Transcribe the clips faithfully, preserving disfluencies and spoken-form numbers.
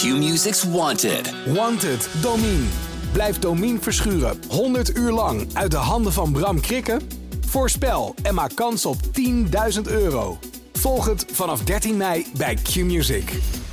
Q-Music's Wanted. Wanted, Domine. Blijf Domine verschuren honderd uur lang uit de handen van Bram Krikke? Voorspel en maak kans op tienduizend euro. Volg het vanaf dertien mei bij Q-Music.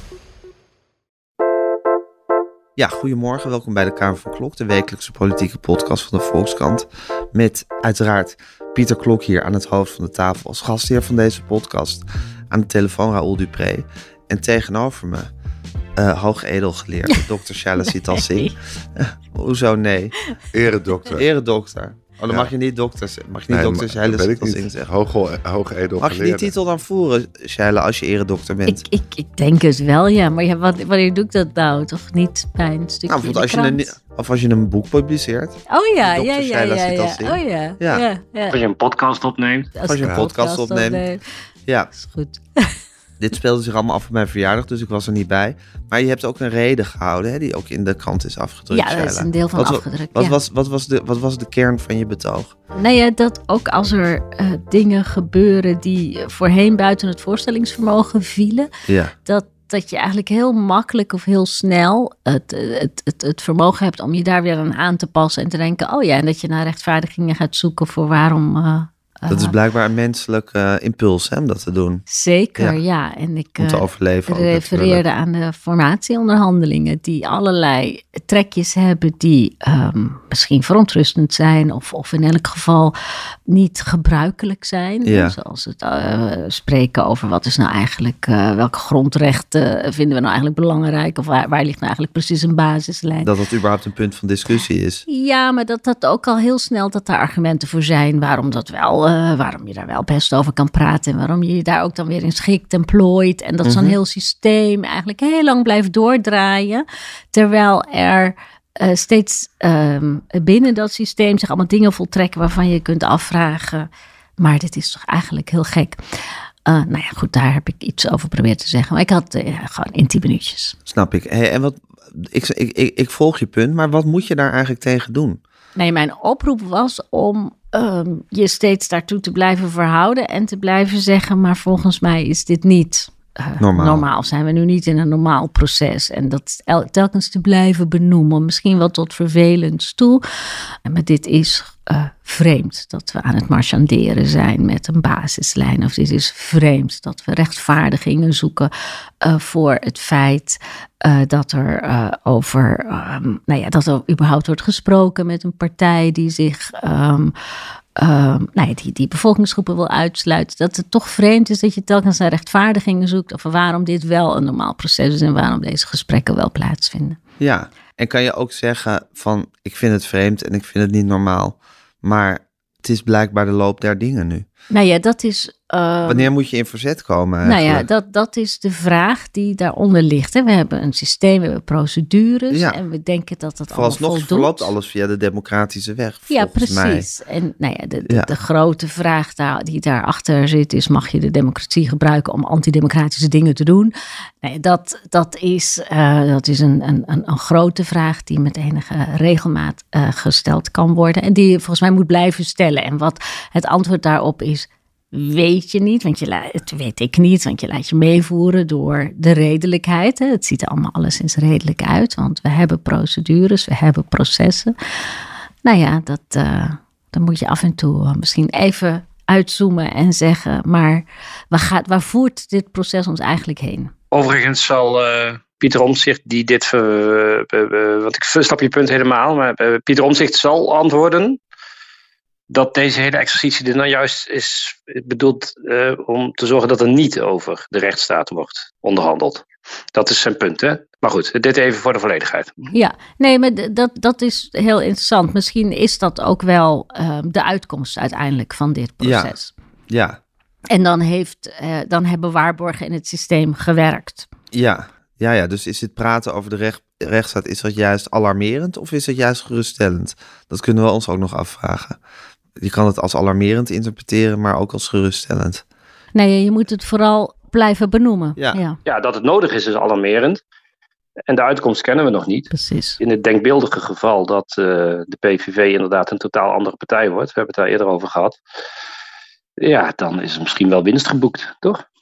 Ja, goedemorgen. Welkom bij de Kamer van Klok, de wekelijkse politieke podcast van de Volkskrant. Met uiteraard Pieter Klok hier aan het hoofd van de tafel als gastheer van deze podcast. Aan de telefoon Raoul Dupré. En tegenover me, uh, hoogedelgeleerde dokter Shaila Sital Singh. Uh, hoezo nee? Eredokter. Eredokter. Oh, dan ja. mag je niet dokter, mag je niet nee, dokter Shaila Sital Singh zeggen. Hoge, hoge edelgeleerde. Mag je die titel dan voeren, Shaila, als je eredokter bent? Ik, ik, ik denk het wel, ja. Maar ja, wat, wanneer doe ik dat nou? Toch niet bij een stukje nou, als je een, Of als je een boek publiceert. Oh ja, ja, ja, ja, ja. Oh ja, ja. ja, ja. Als je een podcast opneemt. Als, als je een podcast, podcast opneemt. opneemt. Ja. Dat is goed. Dit speelde zich allemaal af op mijn verjaardag, dus ik was er niet bij. Maar je hebt ook een reden gehouden, hè, die ook in de krant is afgedrukt. Ja, dat is een deel van wat, afgedrukt. Wat, ja. was, wat, was de, wat was de kern van je betoog? Nou ja, dat ook als er uh, dingen gebeuren die voorheen buiten het voorstellingsvermogen vielen, ja. dat, dat je eigenlijk heel makkelijk of heel snel het, het, het, het vermogen hebt om je daar weer aan aan te passen en te denken, oh ja, en dat je naar rechtvaardigingen gaat zoeken voor waarom... Uh, Dat is blijkbaar een menselijk uh, impuls, hè, om dat te doen. Zeker, ja. ja. En ik om te overleven. Uh, refereerde ook, aan de formatieonderhandelingen die allerlei trekjes hebben die um, misschien verontrustend zijn of, of in elk geval niet gebruikelijk zijn. Ja. Zoals het uh, spreken over wat is nou eigenlijk, uh, welke grondrechten vinden we nou eigenlijk belangrijk of waar, waar ligt nou eigenlijk precies een basislijn. Dat dat überhaupt een punt van discussie is. Ja, maar dat dat ook al heel snel dat daar argumenten voor zijn waarom dat wel... Uh, waarom je daar wel best over kan praten en waarom je je daar ook dan weer in schikt en plooit. En dat mm-hmm. zo'n heel systeem eigenlijk heel lang blijft doordraaien. Terwijl er uh, steeds um, binnen dat systeem zich allemaal dingen voltrekken waarvan je kunt afvragen. Maar dit is toch eigenlijk heel gek. Uh, nou ja, goed, daar heb ik iets over proberen te zeggen. Maar ik had uh, gewoon in tien minuutjes. Snap ik. Hey, en wat, ik, ik, ik, ik volg je punt, maar wat moet je daar eigenlijk tegen doen? Nee, mijn oproep was om um, je steeds daartoe te blijven verhouden en te blijven zeggen, maar volgens mij is dit niet uh, normaal. normaal. Zijn we nu niet in een normaal proces? En dat el- telkens te blijven benoemen, misschien wel tot vervelend toe. Maar dit is uh, vreemd dat we aan het marchanderen zijn met een basislijn. Of dit is vreemd dat we rechtvaardigingen zoeken uh, voor het feit uh, dat er uh, over, um, nou ja, dat er überhaupt wordt gesproken met een partij die zich, um, um, nou ja, die, die bevolkingsgroepen wil uitsluiten. Dat het toch vreemd is dat je telkens naar rechtvaardigingen zoekt over waarom dit wel een normaal proces is en waarom deze gesprekken wel plaatsvinden. Ja, en kan je ook zeggen van ik vind het vreemd en ik vind het niet normaal, maar het is blijkbaar de loop der dingen nu. Nou ja, dat is... Uh, Wanneer moet je in verzet komen eigenlijk? Nou ja, dat, dat is de vraag die daaronder ligt. Hè. We hebben een systeem, we hebben procedures ja. en we denken dat dat allemaal Vooralsnog voldoet. verloopt alles via de democratische weg, ja, precies. Mij. En nou ja, de, de, ja. de grote vraag daar, die daarachter zit is, mag je de democratie gebruiken om antidemocratische dingen te doen? Nou ja, dat, dat is, uh, dat is een, een, een, een grote vraag die met enige regelmaat uh, gesteld kan worden. En die je volgens mij moet blijven stellen. En wat het antwoord daarop is, weet je niet, want je la- het weet ik niet, want je laat je meevoeren door de redelijkheid. Hè. Het ziet er allemaal alleszins redelijk uit, want we hebben procedures, we hebben processen. Nou ja, dat, uh, dan moet je af en toe uh, misschien even uitzoomen en zeggen, maar waar, gaat, waar voert dit proces ons eigenlijk heen? Overigens zal uh, Pieter Omtzigt die dit, uh, uh, uh, want ik snap je punt helemaal, maar uh, Pieter Omtzigt zal antwoorden dat deze hele exercitie er nou juist is bedoeld uh, om te zorgen dat er niet over de rechtsstaat wordt onderhandeld. Dat is zijn punt, hè? Maar goed, dit even voor de volledigheid. Ja, nee, maar d- dat, dat is heel interessant. Misschien is dat ook wel uh, de uitkomst uiteindelijk van dit proces. Ja, ja. En dan, heeft, uh, dan hebben waarborgen in het systeem gewerkt. Ja, ja, ja. Dus is het praten over de recht, rechtsstaat, is dat juist alarmerend of is het juist geruststellend? Dat kunnen we ons ook nog afvragen. Je kan het als alarmerend interpreteren, maar ook als geruststellend. Nee, je moet het vooral blijven benoemen. Ja, ja. ja dat het nodig is, is alarmerend. En de uitkomst kennen we nog niet. Precies. In het denkbeeldige geval dat uh, de P V V inderdaad een totaal andere partij wordt, we hebben het daar eerder over gehad, ja, dan is er misschien wel winst geboekt, toch?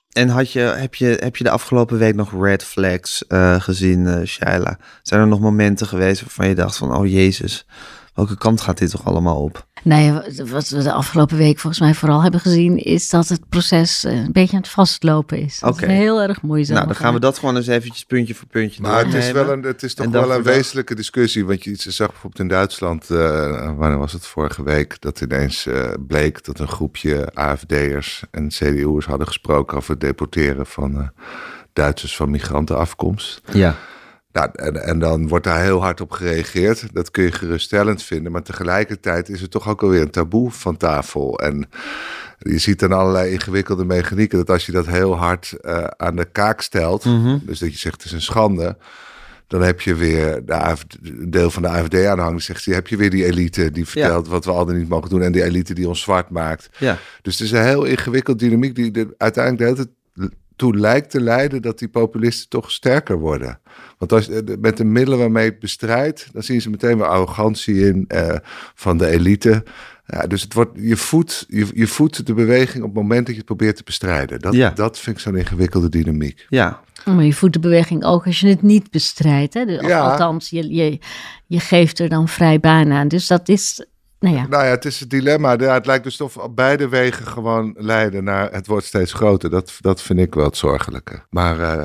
En had je, heb, je, heb je de afgelopen week nog red flags uh, gezien, uh, Shaila? Zijn er nog momenten geweest waarvan je dacht van, oh jezus, welke kant gaat dit toch allemaal op? Nee, wat we de afgelopen week volgens mij vooral hebben gezien, is dat het proces een beetje aan het vastlopen is. Dat okay. is heel erg moeizaam. Nou, dan gaan we dat gewoon eens eventjes puntje voor puntje maar het is, wel een, het is toch en wel een wezenlijke discussie. Want je zag bijvoorbeeld in Duitsland, uh, wanneer was het vorige week, dat ineens uh, bleek dat een groepje A F D'ers en C D U'ers hadden gesproken over het deporteren van uh, Duitsers van migrantenafkomst. Ja. Nou, en, en dan wordt daar heel hard op gereageerd. Dat kun je geruststellend vinden. Maar tegelijkertijd is er toch ook alweer een taboe van tafel. En je ziet dan allerlei ingewikkelde mechanieken. Dat als je dat heel hard uh, aan de kaak stelt. Mm-hmm. Dus dat je zegt het is een schande. Dan heb je weer de A F D, een deel van de A F D-aanhang. Die zegt, heb je weer die elite die vertelt ja. wat we altijd niet mogen doen. En die elite die ons zwart maakt. Ja. Dus het is een heel ingewikkeld dynamiek. Die de, uiteindelijk de hele tijd toe lijkt te leiden dat die populisten toch sterker worden. Want als, met de middelen waarmee het bestrijdt, dan zien ze meteen weer arrogantie in uh, van de elite. Ja, dus het wordt, je, voedt, je, je voedt de beweging op het moment dat je het probeert te bestrijden. Dat, ja. dat vind ik zo'n ingewikkelde dynamiek. Ja. Maar je voedt de beweging ook als je het niet bestrijdt. Hè? Dus, ja. Althans, je, je, je geeft er dan vrij baan aan. Dus dat is... Nou ja. nou ja, het is het dilemma. Ja, het lijkt dus of beide wegen gewoon leiden naar het wordt steeds groter. Dat, dat vind ik wel het zorgelijke. Maar uh,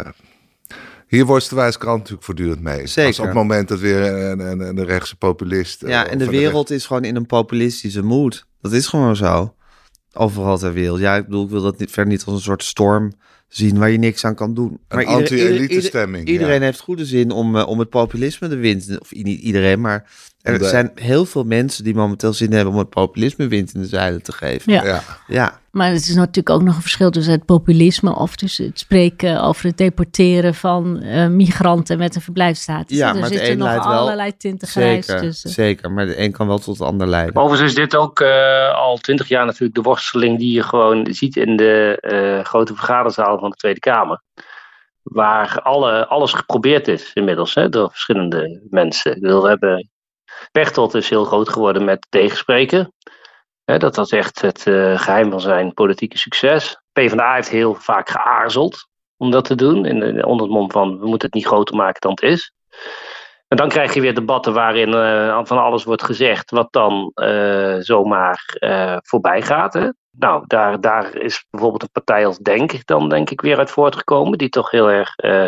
hier worst de Wijskrant natuurlijk voortdurend mee. Zeker. Als op het moment dat weer een, een, een rechtse populist... Ja, en de wereld de is gewoon in een populistische mood. Dat is gewoon zo. Overal ter wereld. Ja, ik bedoel, ik wil dat niet, verder niet als een soort storm zien waar je niks aan kan doen. Maar een anti-elite stemming. Iedereen ja. heeft goede zin om, uh, om het populisme de wind... Of niet iedereen, maar... Er de... zijn heel veel mensen die momenteel zin hebben om het populisme wind in de zeilen te geven. Ja. Ja. ja. Maar het is natuurlijk ook nog een verschil tussen het populisme of tussen het spreken over het deporteren van uh, migranten met een verblijfsstatus. Ja, er maar zitten de een nog leidt allerlei wel... tinten grijs zeker, tussen. Zeker, maar de een kan wel tot de ander leiden. Overigens is dit ook uh, al twintig jaar natuurlijk de worsteling die je gewoon ziet in de uh, grote vergaderzaal van de Tweede Kamer. Waar alle, alles geprobeerd is inmiddels hè, door verschillende mensen. Ik bedoel, we hebben... Pechtold is heel groot geworden met tegenspreken. He, dat was echt het uh, geheim van zijn politieke succes. PvdA heeft heel vaak geaarzeld om dat te doen. In de, onder het mom van, we moeten het niet groter maken dan het is. En dan krijg je weer debatten waarin uh, van alles wordt gezegd... wat dan uh, zomaar uh, voorbij gaat. Hè? Nou, daar, daar is bijvoorbeeld een partij als Denk... dan denk ik weer uit voortgekomen... die toch heel erg uh,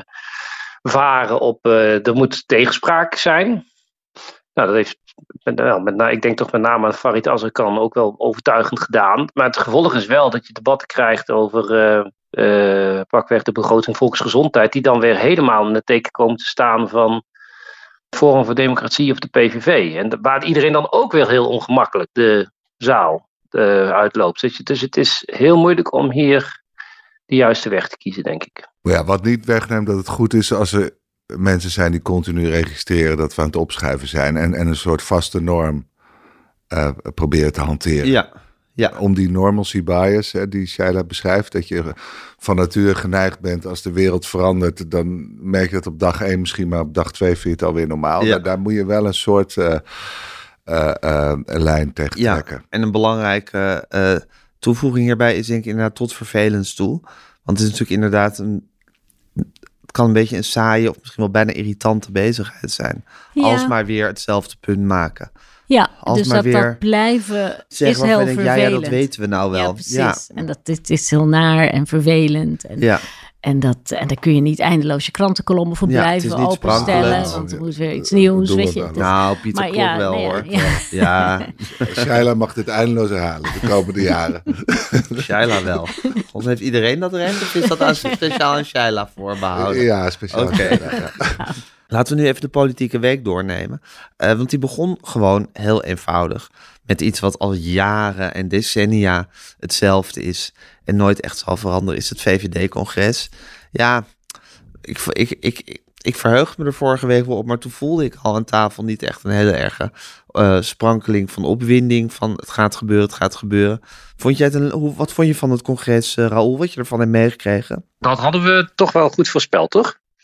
varen op... Uh, er moet tegenspraak zijn... Nou, dat heeft, nou, met, ik denk toch met name aan Farid Azarkan ook wel overtuigend gedaan. Maar het gevolg is wel dat je debatten krijgt over uh, uh, pakweg de begroting volksgezondheid. Die dan weer helemaal in het teken komen te staan van Forum voor Democratie of de P V V. En de, waar iedereen dan ook weer heel ongemakkelijk de zaal uh, uitloopt. Dus het is heel moeilijk om hier de juiste weg te kiezen, denk ik. Ja, wat niet wegneemt dat het goed is als er mensen zijn die continu registreren dat we aan het opschuiven zijn en, en een soort vaste norm uh, proberen te hanteren. Ja, ja. Om die normalcy bias, hè, die Shaila beschrijft, dat je van nature geneigd bent als de wereld verandert, dan merk je dat op dag één misschien, maar op dag twee vind je het alweer normaal. Ja. Daar, daar moet je wel een soort uh, uh, uh, lijn tegen ja, trekken. En een belangrijke uh, toevoeging hierbij is denk ik inderdaad tot vervelens toe. Want het is natuurlijk inderdaad een Het kan een beetje een saaie of misschien wel bijna irritante bezigheid zijn. Ja. Als maar weer hetzelfde punt maken. Ja, Als dus maar dat weer dat blijven zeg, is heel denk, vervelend. Ja, ja, dat weten we nou wel. Ja, precies. Ja. En dat het is heel naar en vervelend. En, ja. en, dat, en daar kun je niet eindeloos je krantenkolommen voor ja, blijven openstellen. Want er moet weer iets nieuws. Weet je. Nou, Pieter Klok ja, wel nee, hoor. Ja. ja. Shaila mag dit eindeloos herhalen de komende jaren. Shaila wel. Volgens heeft iedereen dat recht of is dat aan speciaal aan Shaila voorbehouden? Ja, speciaal. Oké. Okay. Ja. Laten we nu even de politieke week doornemen. Uh, want die begon gewoon heel eenvoudig. Met iets wat al jaren en decennia hetzelfde is. En nooit echt zal veranderen, is het V V D-congres. Ja, ik, ik, ik, ik verheugde me er vorige week wel op. Maar toen voelde ik al aan tafel niet echt een hele erge uh, sprankeling van opwinding. Van het gaat gebeuren, het gaat gebeuren. Vond jij het een, hoe, wat vond je van het congres, uh, Raoul? Wat je ervan hebt meegekregen? Dat hadden we toch wel goed voorspeld, toch?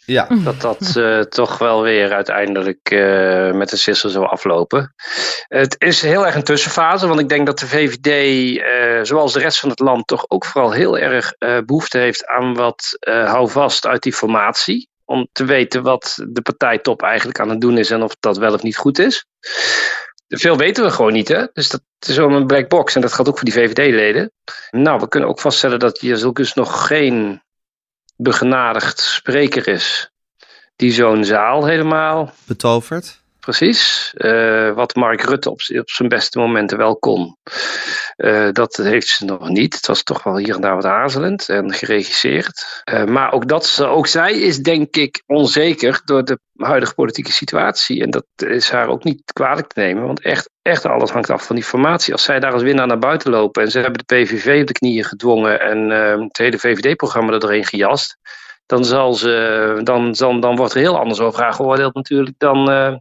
Ja. Dat dat uh, toch wel weer uiteindelijk uh, met een sisser zou aflopen. Het is heel erg een tussenfase, want ik denk dat de V V D, uh, zoals de rest van het land, toch ook vooral heel erg uh, behoefte heeft aan wat uh, houvast uit die formatie. Om te weten wat de partijtop eigenlijk aan het doen is en of dat wel of niet goed is. Veel weten we gewoon niet, hè? Dus dat is wel een black box en dat geldt ook voor die V V D-leden. Nou, we kunnen ook vaststellen dat Jezus nog geen begenadigd spreker is die zo'n zaal helemaal betovert. Precies. Uh, wat Mark Rutte op, op zijn beste momenten wel kon. Uh, dat heeft ze nog niet. Het was toch wel hier en daar wat aarzelend en geregisseerd. Uh, maar ook, dat, ook zij is denk ik onzeker door de huidige politieke situatie. En dat is haar ook niet kwalijk te nemen. Want echt, echt alles hangt af van die formatie. Als zij daar als winnaar naar buiten lopen en ze hebben de P V V op de knieën gedwongen en uh, het hele V V D-programma er doorheen gejast. Dan, zal ze, dan, dan, dan wordt er heel anders over haar geoordeeld natuurlijk dan, uh,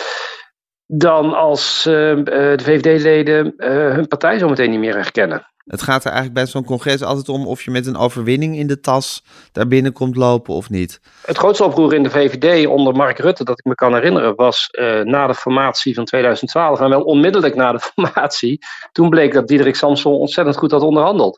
dan als uh, de V V D-leden uh, hun partij zo meteen niet meer herkennen. Het gaat er eigenlijk bij zo'n congres altijd om of je met een overwinning in de tas daar binnen komt lopen of niet. Het grootste oproer in de V V D onder Mark Rutte, dat ik me kan herinneren, was uh, na de formatie van tweeduizend twaalf en wel onmiddellijk na de formatie. Toen bleek dat Diederik Samson ontzettend goed had onderhandeld.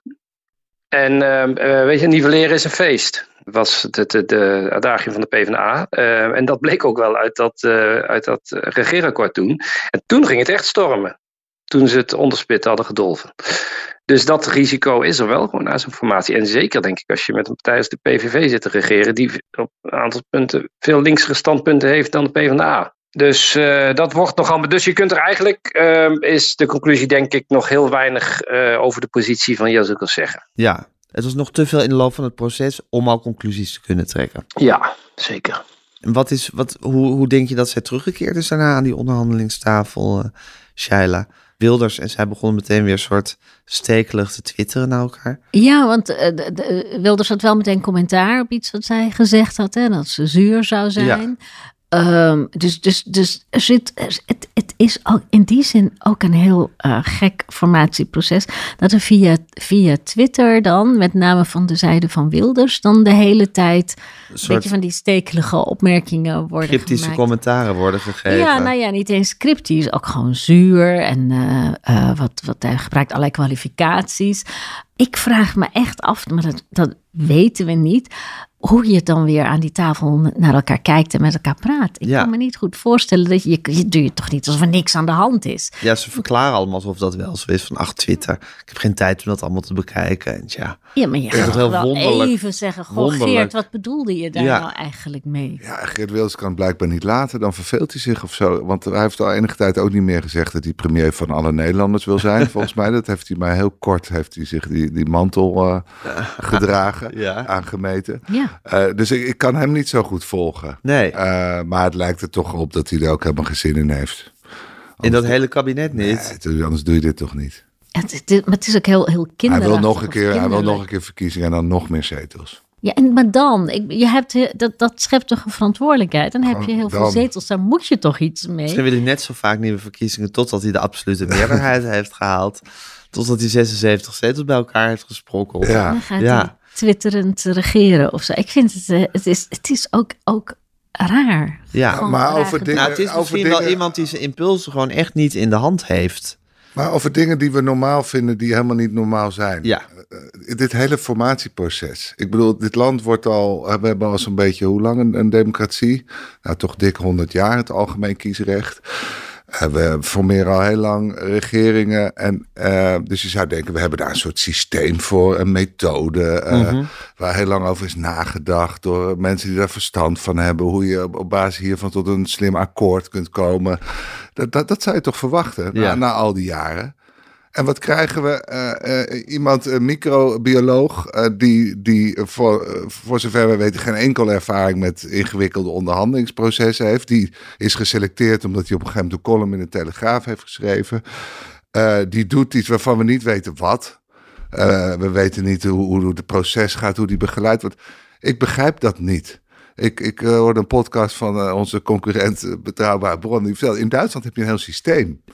En uh, uh, weet je, nivelleren is een feest. Dat was de, de, de adagium van de PvdA. Uh, en dat bleek ook wel uit dat, uh, uit dat regeerakkoord toen. En toen ging het echt stormen. Toen ze het onderspit hadden gedolven. Dus dat risico is er wel gewoon na zo'n formatie. En zeker denk ik als je met een partij als de P V V zit te regeren, die op een aantal punten veel linksere standpunten heeft dan de PvdA. Dus uh, dat wordt nogal. Dus je kunt er eigenlijk, uh, is de conclusie denk ik, nog heel weinig uh, over de positie van Jezus zeggen. Ja, het was nog te veel in de loop van het proces om al conclusies te kunnen trekken. Ja, zeker. En wat is, wat, hoe, hoe denk je dat zij teruggekeerd is daarna aan die onderhandelingstafel, uh, Shaila? Wilders en zij begonnen meteen weer een soort stekelig te twitteren naar elkaar. Ja, want uh, de, de, Wilders had wel meteen commentaar op iets wat zij gezegd had, hè, dat ze zuur zou zijn. Ja. Um, dus, dus, dus er zit, het, het is ook in die zin ook een heel uh, gek formatieproces. Dat er via, via Twitter dan, met name van de zijde van Wilders, dan de hele tijd een soort beetje van die stekelige opmerkingen worden cryptische gemaakt. Commentaren worden gegeven. Ja, nou ja, niet eens cryptisch, ook gewoon zuur. En uh, uh, wat, wat hij gebruikt allerlei kwalificaties. Ik vraag me echt af, maar dat, dat weten we niet, hoe je dan weer aan die tafel naar elkaar kijkt en met elkaar praat. Ik ja. kan me niet goed voorstellen dat je, je doe je toch niet alsof er niks aan de hand is. Ja, ze verklaren allemaal alsof dat wel zo is van ach, Twitter. Ik heb geen tijd om dat allemaal te bekijken. En ja, ja, maar je gaat wel wonderlijk. Even zeggen, goh Geert, wat bedoelde je daar ja. nou eigenlijk mee? Ja, Geert Wilders kan het blijkbaar niet laten, dan verveelt hij zich of zo. Want hij heeft al enige tijd ook niet meer gezegd dat hij premier van alle Nederlanders wil zijn. Volgens mij, dat heeft hij maar heel kort, heeft hij zich die, die mantel uh, gedragen, ja. aangemeten. Ja. Uh, dus ik, ik kan hem niet zo goed volgen. Nee. Uh, maar het lijkt er toch op dat hij er ook helemaal geen zin in heeft. Anders in dat hele kabinet niet? Nee, anders doe je dit toch niet. Het, het, maar het is ook heel, heel kinderachtig. Hij wil nog een keer, hij wil nog een keer verkiezingen en dan nog meer zetels. Ja, en, maar dan, ik, je hebt, dat, dat schept toch een verantwoordelijkheid. Dan heb je heel dan. veel zetels, daar moet je toch iets mee. Misschien wil hij net zo vaak nieuwe verkiezingen totdat hij de absolute meerderheid heeft gehaald. Totdat hij zesenzeventig zetels bij elkaar heeft gesprokkeld. Ja. Dan gaat ja. hij twitterend regeren of zo. Ik vind het, het is, het is ook, ook raar. Ja, gewoon maar raar over dingen, nou, het is over misschien dingen, wel iemand die zijn impulsen gewoon echt niet in de hand heeft. Maar over dingen die we normaal vinden, die helemaal niet normaal zijn. Ja. Uh, dit hele formatieproces. Ik bedoel, dit land wordt al, we hebben al zo'n beetje, hoe lang een, een democratie? Nou, toch dik honderd jaar, het algemeen kiesrecht. Uh, we formeren al heel lang regeringen. En, uh, dus je zou denken, we hebben daar een soort systeem voor, een methode. Uh, mm-hmm. Waar heel lang over is nagedacht door mensen die daar verstand van hebben. Hoe je op, op basis hiervan tot een slim akkoord kunt komen. Dat, dat, dat zou je toch verwachten ja. na, na al die jaren. En wat krijgen we? Uh, uh, iemand, een microbioloog, uh, die, die uh, voor, uh, voor zover we weten geen enkele ervaring met ingewikkelde onderhandelingsprocessen heeft. Die is geselecteerd omdat hij op een gegeven moment een column in de Telegraaf heeft geschreven. Uh, die doet iets waarvan we niet weten wat. Uh, we weten niet hoe, hoe het proces gaat, hoe die begeleid wordt. Ik begrijp dat niet. Ik, ik uh, hoorde een podcast van uh, onze concurrent uh, Betrouwbare Bron. Die vertelde, in Duitsland heb je een heel systeem. Ja.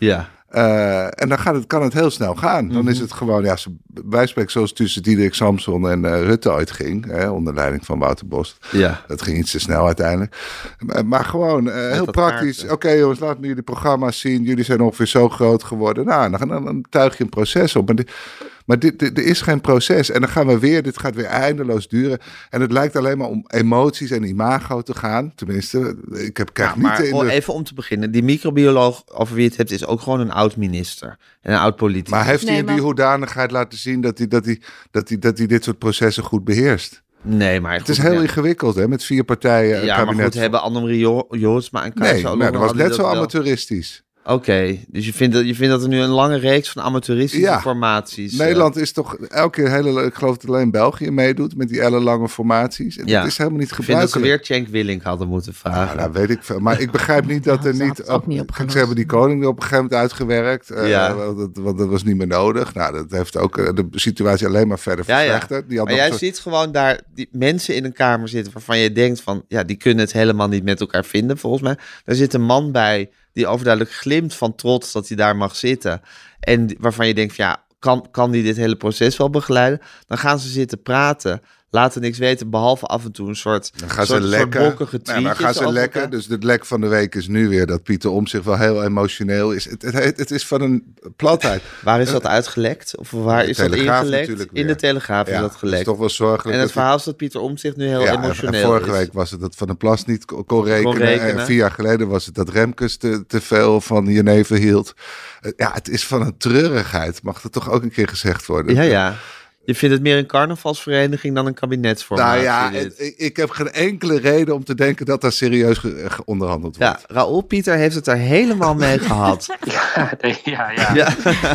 Uh, en dan gaat het, kan het heel snel gaan. Dan Mm-hmm. is het gewoon, ja, wij spreken zoals tussen Diederik Samson en uh, Rutte ooit ging. Hè, onder leiding van Wouter Bos. Ja. Dat ging iets te snel uiteindelijk. Maar, maar gewoon uh, heel praktisch. Oké okay, jongens, laat me jullie programma's zien. Jullie zijn ongeveer zo groot geworden. Nou, dan, dan, dan tuig je een proces op. Maar, dit, maar dit, dit, er is geen proces. En dan gaan we weer, dit gaat weer eindeloos duren. En het lijkt alleen maar om emoties en imago te gaan. Tenminste, ik heb krijg ja, maar niet in de... even om te beginnen. Die microbioloog over wie je het hebt is ook gewoon een oud-minister. En een oud-politicus. Maar heeft hij nee, in die maar... hoedanigheid laten zien dat hij, dat, hij, dat, hij, dat hij dit soort processen goed beheerst? Nee, maar goed, het is heel ja. ingewikkeld, hè, met vier partijen. Ja, kabinet. maar goed, hebben Annemarie Jo- Jootsma en Kaas Nee, nou, dat was net zo amateuristisch. Oké, okay, dus je vindt, dat, je vindt dat er nu een lange reeks van amateuristische ja. formaties... Nederland is toch elke keer, hele, ik geloof dat alleen België meedoet met die ellenlange formaties. En ja. dat is helemaal niet Ik gebruikelijk. vind dat ze weer Cenk Willink hadden moeten vragen. Ja, nou weet ik veel. Maar ik begrijp niet dat ja, er niet... Op, niet kijk, ze hebben die koning er op een gegeven moment uitgewerkt. Uh, ja. want, dat, want dat was niet meer nodig. Nou, dat heeft ook uh, de situatie alleen maar verder verslechterd. Ja, ja. Die had maar jij zo... ziet gewoon daar die mensen in een kamer zitten waarvan je denkt van... ja, die kunnen het helemaal niet met elkaar vinden, volgens mij. Daar zit een man bij die overduidelijk glimt van trots dat hij daar mag zitten. En waarvan je denkt van ja, kan, kan die dit hele proces wel begeleiden? Dan gaan ze zitten praten, laten niks weten, behalve af en toe een soort Dan gaan soort, ze lekken. soort bokkige tweetjes. Nou, dan gaan ze lekken. elkaar. Dus het lek van de week is nu weer dat Pieter Omtzigt wel heel emotioneel is. Het, het, het is van een platheid. Waar is dat uitgelekt? Of waar is dat ingelekt? In de Telegraaf is ja, dat gelekt. Dat is toch wel zorgelijk. En het verhaal is dat Pieter Omtzigt nu heel ja, emotioneel en vorige is. week was het dat Van der Plas niet kon rekenen. Kon rekenen. En vier jaar geleden was het dat Remkes te, te veel van Jenever hield. Ja, het is van een treurigheid. Mag er toch ook een keer gezegd worden? Ja, ja. Je vindt het meer een carnavalsvereniging dan een kabinetsformatie? Nou ja, het, ik, ik heb geen enkele reden om te denken dat daar serieus ge, ge, onderhandeld wordt. Ja, Raoul Pieter heeft het er helemaal mee gehad. Ja, nee, ja, ja. ja.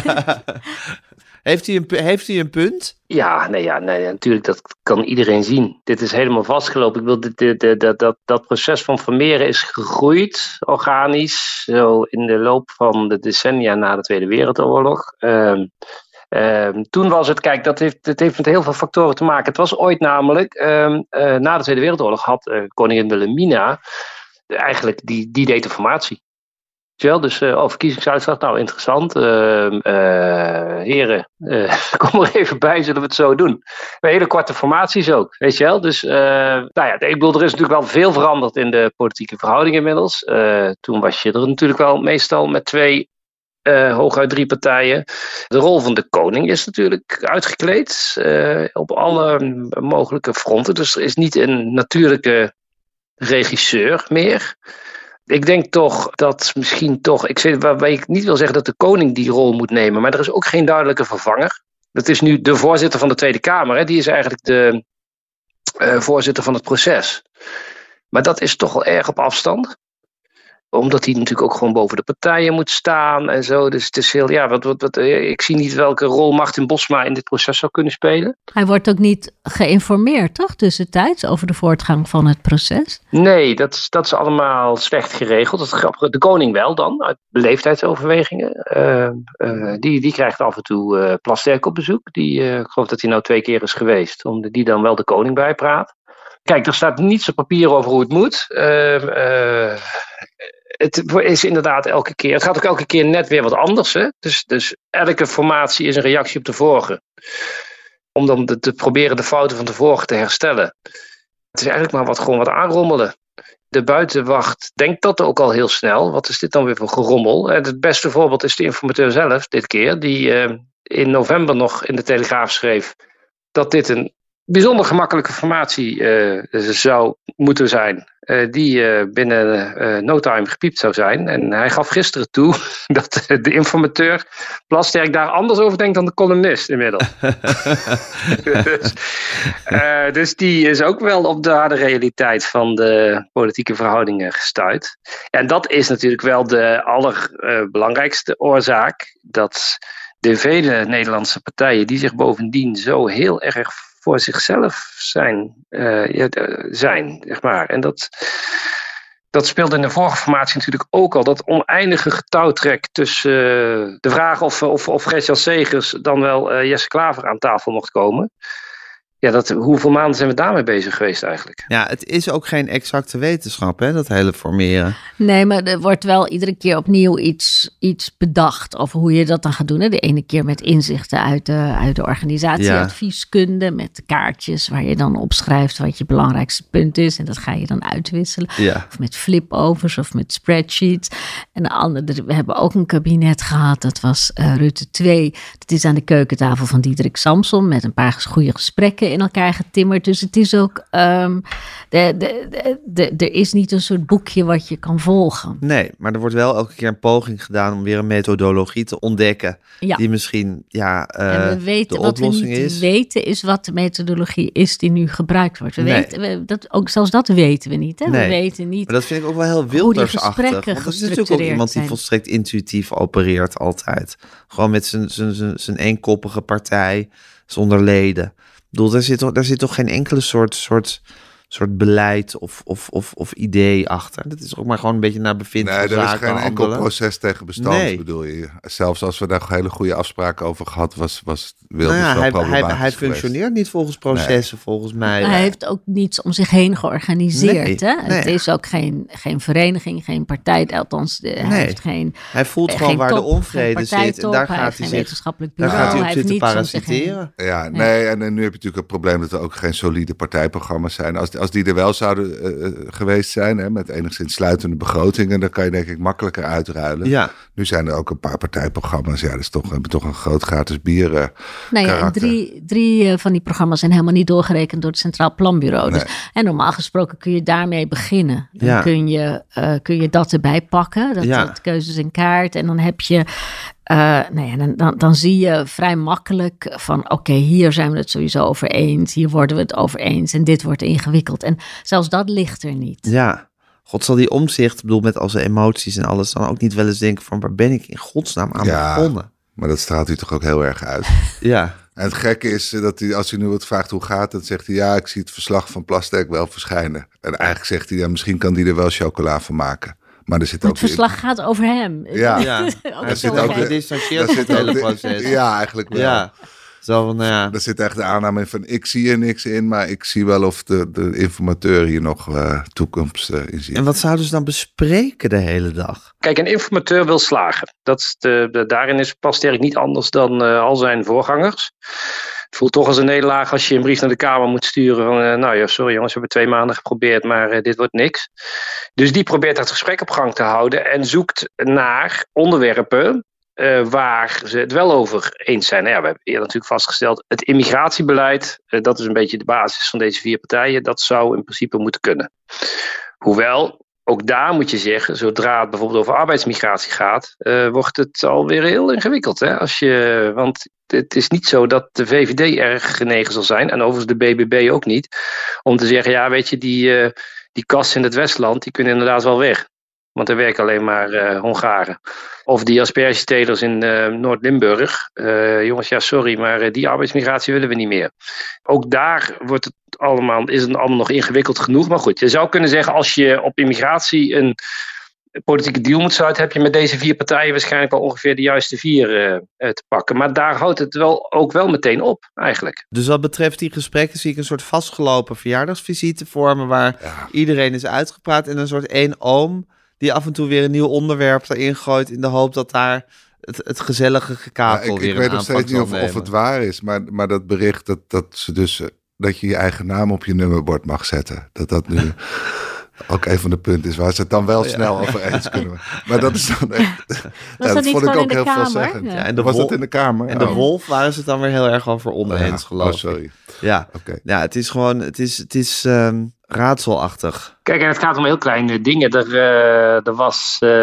heeft, hij een, heeft hij een punt? Ja, nee, ja, nee, natuurlijk, dat kan iedereen zien. Dit is helemaal vastgelopen. Ik wil, dit, dit, dit, dat, dat, dat proces van vermeren is gegroeid, organisch, zo in de loop van de decennia na de Tweede Wereldoorlog. Um, Um, toen was het, kijk, dat heeft, dat heeft met heel veel factoren te maken. Het was ooit namelijk, um, uh, na de Tweede Wereldoorlog had uh, koningin Wilhelmina uh, eigenlijk, die, die deed de formatie. Wel, dus uh, oh, verkiezingsuitslag, nou interessant. Uh, uh, heren, uh, kom er even bij, zullen we het zo doen. Bij hele korte formaties ook, weet je wel. Dus, uh, nou ja, ik bedoel, er is natuurlijk wel veel veranderd in de politieke verhouding inmiddels. Uh, toen was je er natuurlijk wel meestal met twee... Uh, hooguit drie partijen. De rol van de koning is natuurlijk uitgekleed uh, op alle mogelijke fronten. Dus er is niet een natuurlijke regisseur meer. Ik denk toch dat misschien toch, ik zeg, waarbij ik niet wil zeggen dat de koning die rol moet nemen, maar er is ook geen duidelijke vervanger. Dat is nu de voorzitter van de Tweede Kamer. Hè? Die is eigenlijk de uh, voorzitter van het proces. Maar dat is toch wel erg op afstand. Omdat hij natuurlijk ook gewoon boven de partijen moet staan en zo. Dus het is heel, ja, wat, wat, wat, ik zie niet welke rol Martin Bosma in dit proces zou kunnen spelen. Hij wordt ook niet geïnformeerd, toch, tussentijds over de voortgang van het proces? Nee, dat is, dat is allemaal slecht geregeld. Dat is grappig. De koning wel dan, uit beleefdheidsoverwegingen. Uh, uh, die, die krijgt af en toe uh, Plasterk op bezoek. Die, uh, ik geloof dat hij nou twee keer is geweest, om die dan wel de koning bijpraat. Kijk, er staat niets op papier over hoe het moet. Uh, uh, het is inderdaad elke keer. Het gaat ook elke keer net weer wat anders. Hè? Dus, dus elke formatie is een reactie op de vorige. Om dan de, te proberen de fouten van de vorige te herstellen. Het is eigenlijk maar wat, gewoon wat aanrommelen. De buitenwacht denkt dat ook al heel snel. Wat is dit dan weer voor gerommel? En het beste voorbeeld is de informateur zelf, dit keer. Die uh, in november nog in de Telegraaf schreef dat dit een bijzonder gemakkelijke formatie uh, zou moeten zijn. Uh, die uh, binnen uh, no time gepiept zou zijn. En hij gaf gisteren toe dat uh, de informateur Plasterk daar anders over denkt dan de columnist inmiddels. dus, uh, dus die is ook wel op de harde realiteit van de politieke verhoudingen gestuit. En dat is natuurlijk wel de allerbelangrijkste uh, oorzaak. Dat de vele Nederlandse partijen die zich bovendien zo heel erg voor zichzelf zijn, uh, ja, zijn zeg maar. En dat, dat speelde in de vorige formatie natuurlijk ook al. Dat oneindige getouwtrek tussen uh, de vraag of, of, of Gert-Jan Segers dan wel uh, Jesse Klaver aan tafel mocht komen. Ja, dat, hoeveel maanden zijn we daarmee bezig geweest eigenlijk? Ja, het is ook geen exacte wetenschap, hè, dat hele formeren. Nee, maar er wordt wel iedere keer opnieuw iets, iets bedacht over hoe je dat dan gaat doen. Hè? De ene keer met inzichten uit de, uit de organisatieadvieskunde, ja. met kaartjes waar je dan opschrijft wat je belangrijkste punt is. En dat ga je dan uitwisselen. Ja. Of met flipovers of met spreadsheets. En de andere, we hebben ook een kabinet gehad, dat was uh, Rutte twee. Dat is aan de keukentafel van Diederik Samson met een paar goede gesprekken in elkaar getimmerd. Dus het is ook, um, de, de, de, de, er is niet een soort boekje wat je kan volgen. Nee, maar er wordt wel elke keer een poging gedaan om weer een methodologie te ontdekken. Ja. Die misschien ja, uh, en we weten, de oplossing is. Wat we niet weten is wat de methodologie is die nu gebruikt wordt. We nee. weten, we, dat, ook, zelfs dat weten we niet. Hè? Nee. We weten niet. Maar dat vind ik ook wel heel wildersachtig. Want er is natuurlijk ook iemand die volstrekt intuïtief opereert altijd. Gewoon met zijn, zijn, zijn, zijn eenkoppige partij zonder leden. Ik bedoel, daar zit toch, daar zit toch geen enkele soort, soort, soort beleid of, of, of, of idee achter. Dat is ook maar gewoon een beetje naar bevind van zaken. Nee, er is geen handelen. enkel proces tegen bestand, nee. bedoel je. Zelfs als we daar hele goede afspraken over gehad, was, was Wilders nou ja, wel hij, problematisch hij, hij functioneert niet volgens processen, nee. volgens mij. Hij heeft ook niets om zich heen georganiseerd. Nee, hè? nee. Het is ook geen, geen vereniging, geen partij. Althans, hij nee. heeft geen Hij voelt eh, gewoon waar top, de onvrede zit. En daar hij gaat hij, zich, daar gaat hij op hij zitten parasiteren. Ja, nee, nee en, en nu heb je natuurlijk het probleem dat er ook geen solide partijprogramma's zijn. Als, als die er wel zouden Uh, geweest zijn, hè, met enigszins sluitende begrotingen, dan kan je denk ik makkelijker uitruilen. Ja. Nu zijn er ook een paar partijprogramma's. Ja, dat is toch, hebben toch een groot gratis bier uh, nee, ja, en drie, drie uh, van die programma's zijn helemaal niet doorgerekend door het Centraal Planbureau. Nee. Dus, en normaal gesproken kun je daarmee beginnen. Dan ja. kun, je, uh, kun je dat erbij pakken, dat, ja. dat keuzes en kaart. En dan heb je Uh, nou ja, dan, dan, dan zie je vrij makkelijk van oké, okay, hier zijn we het sowieso over eens. Hier worden we het over eens en dit wordt ingewikkeld. En zelfs dat ligt er niet. Ja, God zal die Omtzigt, bedoel met al zijn emoties en alles, dan ook niet wel eens denken van waar ben ik in godsnaam aan ja, begonnen? Maar dat straalt u toch ook heel erg uit. Ja. En het gekke is dat hij, als hij nu wat vraagt hoe gaat, dan zegt hij ja, ik zie het verslag van Plasterk wel verschijnen. En eigenlijk zegt hij ja, misschien kan die er wel chocola van maken. Maar er zit het ook verslag in... gaat over hem. Ja, ja. Hij zit ook gedistanceerd van het hele proces. Ja, eigenlijk wel. Ja. Zo van, ja. Er zit echt de aanname in van ik zie er niks in, maar ik zie wel of de, de informateur hier nog uh, toekomst uh, in ziet. En wat zouden ze dan bespreken de hele dag? Kijk, een informateur wil slagen. Dat is de, de, daarin is Plasterk niet anders dan uh, al zijn voorgangers. Het voelt toch als een nederlaag als je een brief naar de Kamer moet sturen. Van, uh, nou ja, sorry jongens, we hebben twee maanden geprobeerd, maar uh, dit wordt niks. Dus die probeert dat gesprek op gang te houden en zoekt naar onderwerpen uh, waar ze het wel over eens zijn. Nou ja, we hebben eerder natuurlijk vastgesteld, het immigratiebeleid, uh, dat is een beetje de basis van deze vier partijen. Dat zou in principe moeten kunnen. Hoewel, ook daar moet je zeggen, zodra het bijvoorbeeld over arbeidsmigratie gaat, uh, wordt het alweer heel ingewikkeld. Hè? Als je, want het is niet zo dat de V V D erg genegen zal zijn, en overigens de B B B ook niet, om te zeggen, ja weet je, die, uh, die kassen in het Westland, die kunnen inderdaad wel weg. Want er werken alleen maar uh, Hongaren. Of die aspergetelers in uh, Noord-Limburg. Uh, jongens, ja sorry, maar uh, die arbeidsmigratie willen we niet meer. Ook daar wordt het allemaal, is het allemaal nog ingewikkeld genoeg. Maar goed, je zou kunnen zeggen, als je op immigratie een politieke deal moet sluiten, heb je met deze vier partijen waarschijnlijk wel ongeveer de juiste vier uh, te pakken. Maar daar houdt het wel ook wel meteen op, eigenlijk. Dus wat betreft die gesprekken zie ik een soort vastgelopen verjaardagsvisite vormen waar ja. iedereen is uitgepraat en een soort één oom die af en toe weer een nieuw onderwerp erin gooit in de hoop dat daar het, het gezellige gekakel ja, ik, weer ik weet nog steeds niet of, of het waar is, maar, maar dat bericht dat, dat ze dus dat je je eigen naam op je nummerbord mag zetten, dat dat nu ook een van de punten is waar ze het dan wel snel over eens kunnen. Maar dat is dan echt, was ja, dat, dat vond ik ook heel Kamer? veelzeggend. Ja. Ja, en de was wol- dat in de Kamer? En de oh. Wolf waren ze het dan weer heel erg over oneens, ja. geloof oh, sorry. ik. Ja, okay. ja, het is gewoon, het is, het is um, raadselachtig. Kijk, en het gaat om heel kleine dingen. Er, uh, er was uh,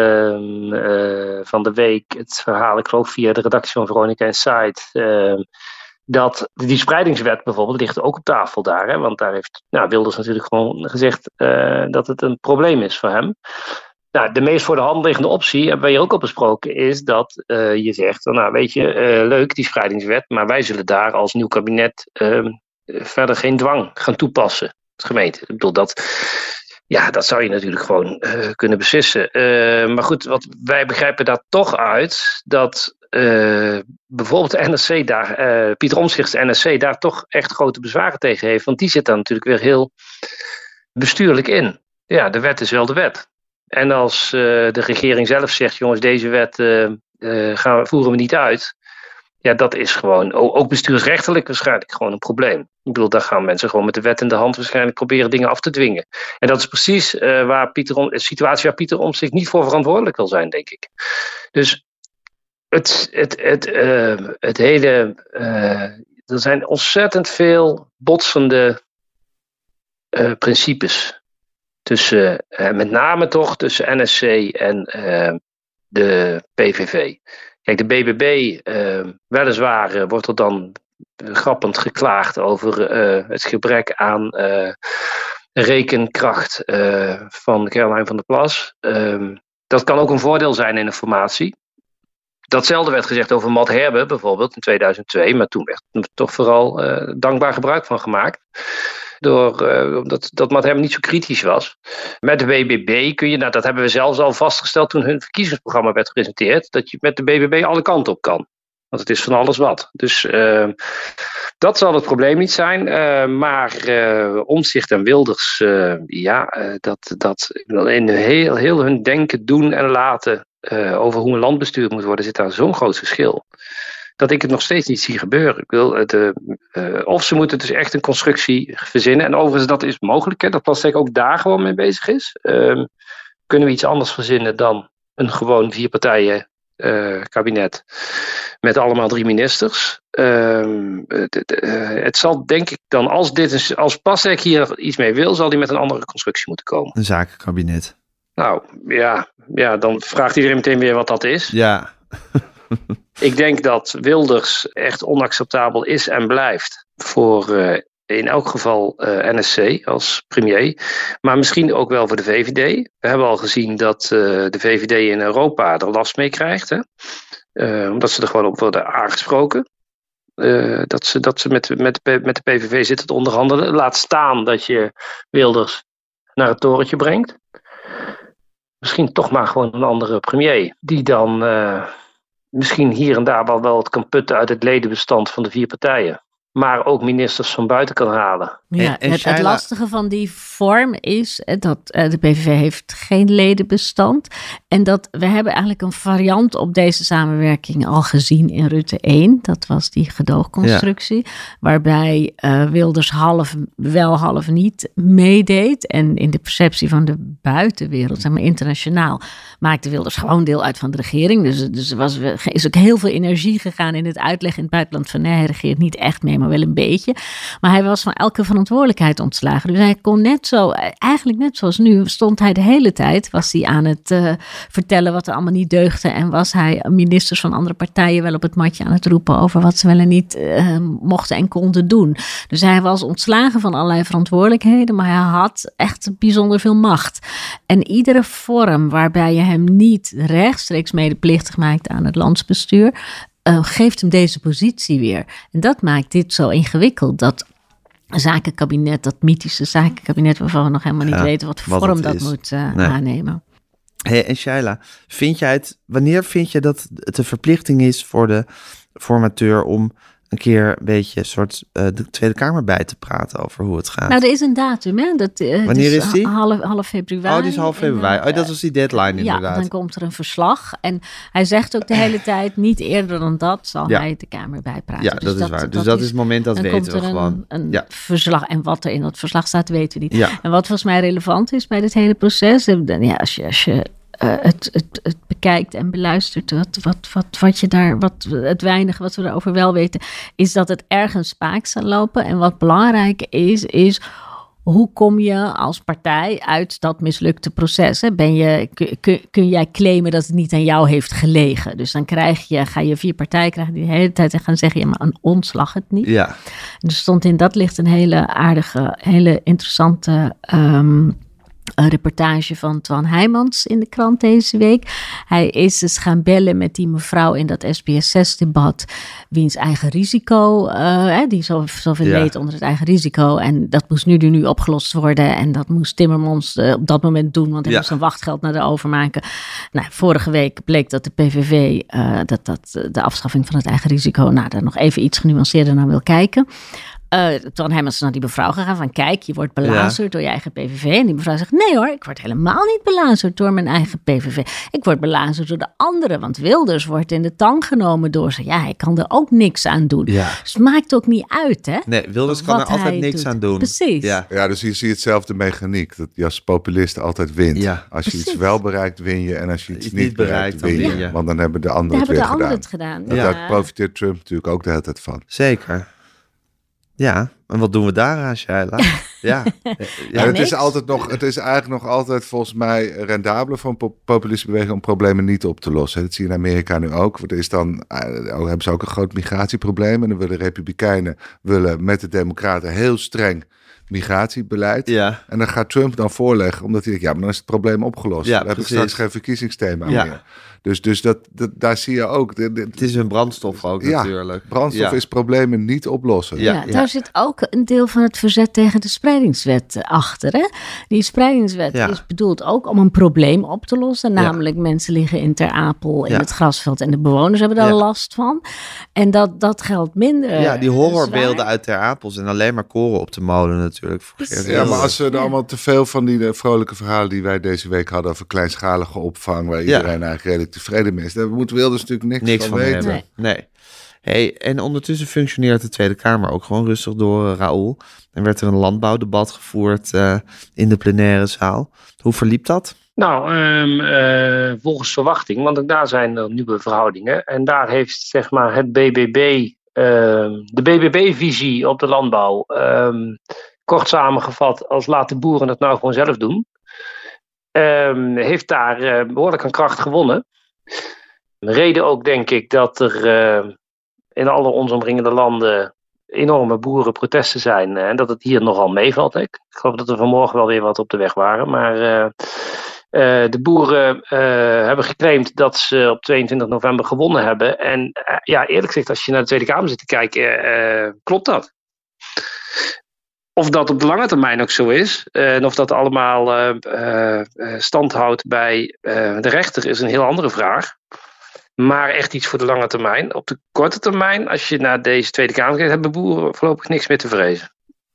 uh, van de week het verhaal, ik geloof via de redactie van Veronica Inside, uh, dat die spreidingswet bijvoorbeeld ligt ook op tafel daar. Hè? Want daar heeft nou, Wilders natuurlijk gewoon gezegd uh, dat het een probleem is voor hem. Nou, de meest voor de hand liggende optie, hebben we hier ook al besproken, is dat uh, je zegt, nou weet je, uh, leuk die spreidingswet, maar wij zullen daar als nieuw kabinet uh, verder geen dwang gaan toepassen. Gemeente. Ik bedoel, dat, Ja, dat zou je natuurlijk gewoon uh, kunnen beslissen. Uh, maar goed, wat wij begrijpen daar toch uit dat uh, bijvoorbeeld de N S C daar, uh, Pieter Omtzigt, de N S C, daar toch echt grote bezwaren tegen heeft. Want die zit daar natuurlijk weer heel bestuurlijk in. Ja, de wet is wel de wet. En als uh, de regering zelf zegt, jongens, deze wet uh, uh, gaan we, voeren we niet uit. Ja, dat is gewoon, ook bestuursrechtelijk waarschijnlijk gewoon een probleem. Ik bedoel, daar gaan mensen gewoon met de wet in de hand waarschijnlijk proberen dingen af te dwingen. En dat is precies uh, waar Pieter Om, de situatie waar Pieter Omtzigt niet voor verantwoordelijk wil zijn, denk ik. Dus het, het, het, uh, het hele, uh, er zijn ontzettend veel botsende uh, principes. Tussen, uh, met name toch tussen N S C en uh, de P V V. Kijk, de B B B, uh, weliswaar uh, wordt er dan uh, grappend geklaagd over uh, het gebrek aan uh, rekenkracht uh, van Caroline van der Plas. Uh, dat kan ook een voordeel zijn in een formatie. Datzelfde werd gezegd over Matt Herbe bijvoorbeeld in tweeduizend twee, maar toen werd er toch vooral uh, dankbaar gebruik van gemaakt. Door, uh, omdat dat Matt Herbe niet zo kritisch was. Met de B B B kun je, nou, dat hebben we zelfs al vastgesteld toen hun verkiezingsprogramma werd gepresenteerd, dat je met de B B B alle kanten op kan. Want het is van alles wat. Dus uh, dat zal het probleem niet zijn. Uh, maar uh, Omtzigt en Wilders, uh, ja, uh, dat, dat in heel, heel hun denken, doen en laten uh, over hoe een land bestuurd moet worden, zit daar zo'n groot verschil. Dat ik het nog steeds niet zie gebeuren. Ik wil de, uh, of ze moeten dus echt een constructie verzinnen. En overigens, dat is mogelijk. Hè, dat Plasterk ook daar gewoon mee bezig is. Uh, kunnen we iets anders verzinnen dan een gewoon vier partijen uh, kabinet met allemaal drie ministers. Uh, de, de, uh, het zal denk ik dan, als, dit is, als Plasterk hier iets mee wil, zal hij met een andere constructie moeten komen. Een zakenkabinet. Nou, ja, ja, dan vraagt iedereen meteen weer wat dat is. Ja. Ik denk dat Wilders echt onacceptabel is en blijft voor uh, in elk geval uh, N S C als premier. Maar misschien ook wel voor de V V D. We hebben al gezien dat uh, de V V D in Europa er last mee krijgt. Hè? Uh, omdat ze er gewoon op worden aangesproken. Uh, dat ze, dat ze met, met, met de P V V zitten te onderhandelen. Laat staan dat je Wilders naar het torentje brengt. Misschien toch maar gewoon een andere premier. Die dan uh, misschien hier en daar wel, wel wat kan putten uit het ledenbestand van de vier partijen. Maar ook ministers van buiten kan halen. Ja, en, en het, het lastige van die vorm is dat uh, de P V V heeft geen ledenbestand. En dat we hebben eigenlijk een variant op deze samenwerking al gezien in Rutte één. Dat was die gedoogconstructie. Ja. Waarbij uh, Wilders half wel, half niet meedeed. En in de perceptie van de buitenwereld, zeg maar internationaal, maakte Wilders gewoon deel uit van de regering. Dus, dus er was, is ook heel veel energie gegaan in het uitleggen in het buitenland van nee, hij regeert niet echt mee, maar wel een beetje. Maar hij was van elke verantwoordelijkheid ontslagen. Dus hij kon net zo, eigenlijk net zoals nu, stond hij de hele tijd, was hij aan het uh, vertellen wat er allemaal niet deugde en was hij ministers van andere partijen wel op het matje aan het roepen over wat ze wel en niet uh, mochten en konden doen. Dus hij was ontslagen van allerlei verantwoordelijkheden, maar hij had echt bijzonder veel macht. En iedere vorm waarbij je hem niet rechtstreeks medeplichtig maakt aan het landsbestuur, Uh, geeft hem deze positie weer. En dat maakt dit zo ingewikkeld. Dat zakenkabinet, dat mythische zakenkabinet, waarvan we nog helemaal niet ja, weten wat voor vorm dat moet uh, nee. aannemen. Hey, en Shaila, vind jij het, wanneer vind je dat het een verplichting is voor de formateur om een keer een beetje een soort uh, de Tweede Kamer bij te praten over hoe het gaat? Nou, er is een datum, hè? Dat, uh, Wanneer is die? Half, half februari. Oh, die is half februari. En, uh, oh, dat was die deadline inderdaad. Ja, dan komt er een verslag. En hij zegt ook de hele tijd, niet eerder dan dat zal ja. hij de Kamer bijpraten. Ja, dus dat is dat, waar. Dus dat, dat is het moment dat weten we een, gewoon. een ja. verslag. En wat er in dat verslag staat, weten we niet. Ja. En wat volgens mij relevant is bij dit hele proces, ja, als je... Als je Uh, het, het, het bekijkt en beluistert wat, wat, wat, wat je daar, wat, het weinige wat we erover wel weten, is dat het ergens spaak zal lopen. En wat belangrijk is, is hoe kom je als partij uit dat mislukte proces? Hè? Ben je, kun, kun jij claimen dat het niet aan jou heeft gelegen? Dus dan krijg je, ga je vier partijen krijgen die de hele tijd gaan zeggen, ja, maar aan ons lag het niet. Ja. En er stond in dat licht een hele aardige, hele interessante Um, Een reportage van Twan Heijmans in de krant deze week. Hij is dus gaan bellen met die mevrouw in dat S B S zes debat. Wiens eigen risico, uh, die zo, zoveel ja. leed onder het eigen risico. En dat moest nu, nu opgelost worden. En dat moest Timmermans uh, op dat moment doen. Want hij ja. moest een wachtgeld naar de overmaken. Nou, vorige week bleek dat de P V V uh, dat, dat, de afschaffing van het eigen risico, nou, daar nog even iets genuanceerder naar wil kijken. Uh, Twan Heijmans is naar die mevrouw gegaan van kijk, je wordt belazerd ja. door je eigen P V V. En die mevrouw zegt nee hoor, ik word helemaal niet belazerd door mijn eigen P V V. Ik word belazerd door de anderen, want Wilders wordt in de tang genomen door ze. Ja, hij kan er ook niks aan doen. Ja. Dus het maakt ook niet uit, hè? Nee, Wilders kan er altijd niks doet. aan doen. Precies. Ja, ja, dus hier zie je hetzelfde mechaniek. Dat je als populist altijd wint. Ja, als je precies. iets wel bereikt, win je. En als je iets, iets niet, niet bereikt, win je. Ja. Want dan hebben de anderen het weer gedaan. Het gedaan. En ja. daar profiteert Trump natuurlijk ook de hele tijd van. Zeker. Ja, en wat doen we daaraan, Shaila? Ja, ja. ja het, is altijd nog, het is eigenlijk nog altijd volgens mij rendabeler voor een pop- populistische beweging om problemen niet op te lossen. Dat zie je in Amerika nu ook. Er is dan, uh, hebben ze ook een groot migratieprobleem. En dan willen de Republikeinen willen met de Democraten heel streng migratiebeleid. Ja. En dan gaat Trump dan voorleggen, omdat hij denkt, ja, maar dan is het probleem opgelost. Ja, dan heb ik straks geen verkiezingsthema ja. meer. Dus, dus dat, dat, daar zie je ook. De, de, het is een brandstof ook ja, natuurlijk. Brandstof ja. is problemen niet oplossen. Ja, ja, daar ja. zit ook een deel van het verzet tegen de spreidingswet achter. Hè? Die spreidingswet ja. is bedoeld ook om een probleem op te lossen. Namelijk ja. mensen liggen in Ter Apel in ja. het grasveld en de bewoners hebben daar ja. last van. En dat, dat geldt minder. Ja, die horrorbeelden zwaar. Uit Ter Apel zijn alleen maar koren op de molen natuurlijk. Ja, maar als we er ja. allemaal te veel van die uh, vrolijke verhalen die wij deze week hadden over kleinschalige opvang, waar iedereen ja. eigenlijk redelijk tevreden mee is. Daar moet Wilders natuurlijk niks, niks van, van weten. Nee. nee. Hey, en ondertussen functioneert de Tweede Kamer ook gewoon rustig door, uh, Raoul. En werd er een landbouwdebat gevoerd uh, in de plenaire zaal. Hoe verliep dat? Nou, um, uh, volgens verwachting, want ook daar zijn er nieuwe verhoudingen. En daar heeft zeg maar het B B B, uh, de B B B-visie op de landbouw, um, kort samengevat als laat de boeren het nou gewoon zelf doen. Um, heeft daar uh, behoorlijk aan kracht gewonnen. Reden ook, denk ik, dat er uh, in alle ons omringende landen enorme boerenprotesten zijn. En dat het hier nogal meevalt. Ik geloof dat er vanmorgen wel weer wat op de weg waren. Maar uh, uh, de boeren uh, hebben geclaimd dat ze op tweeëntwintig november gewonnen hebben. En uh, ja, eerlijk gezegd, als je naar de Tweede Kamer zit te kijken, uh, klopt dat. Of dat op de lange termijn ook zo is, uh, en of dat allemaal uh, uh, stand houdt bij uh, de rechter, is een heel andere vraag. Maar echt iets voor de lange termijn. Op de korte termijn, als je naar deze Tweede Kamer kijkt, hebben boeren voorlopig niks meer te vrezen.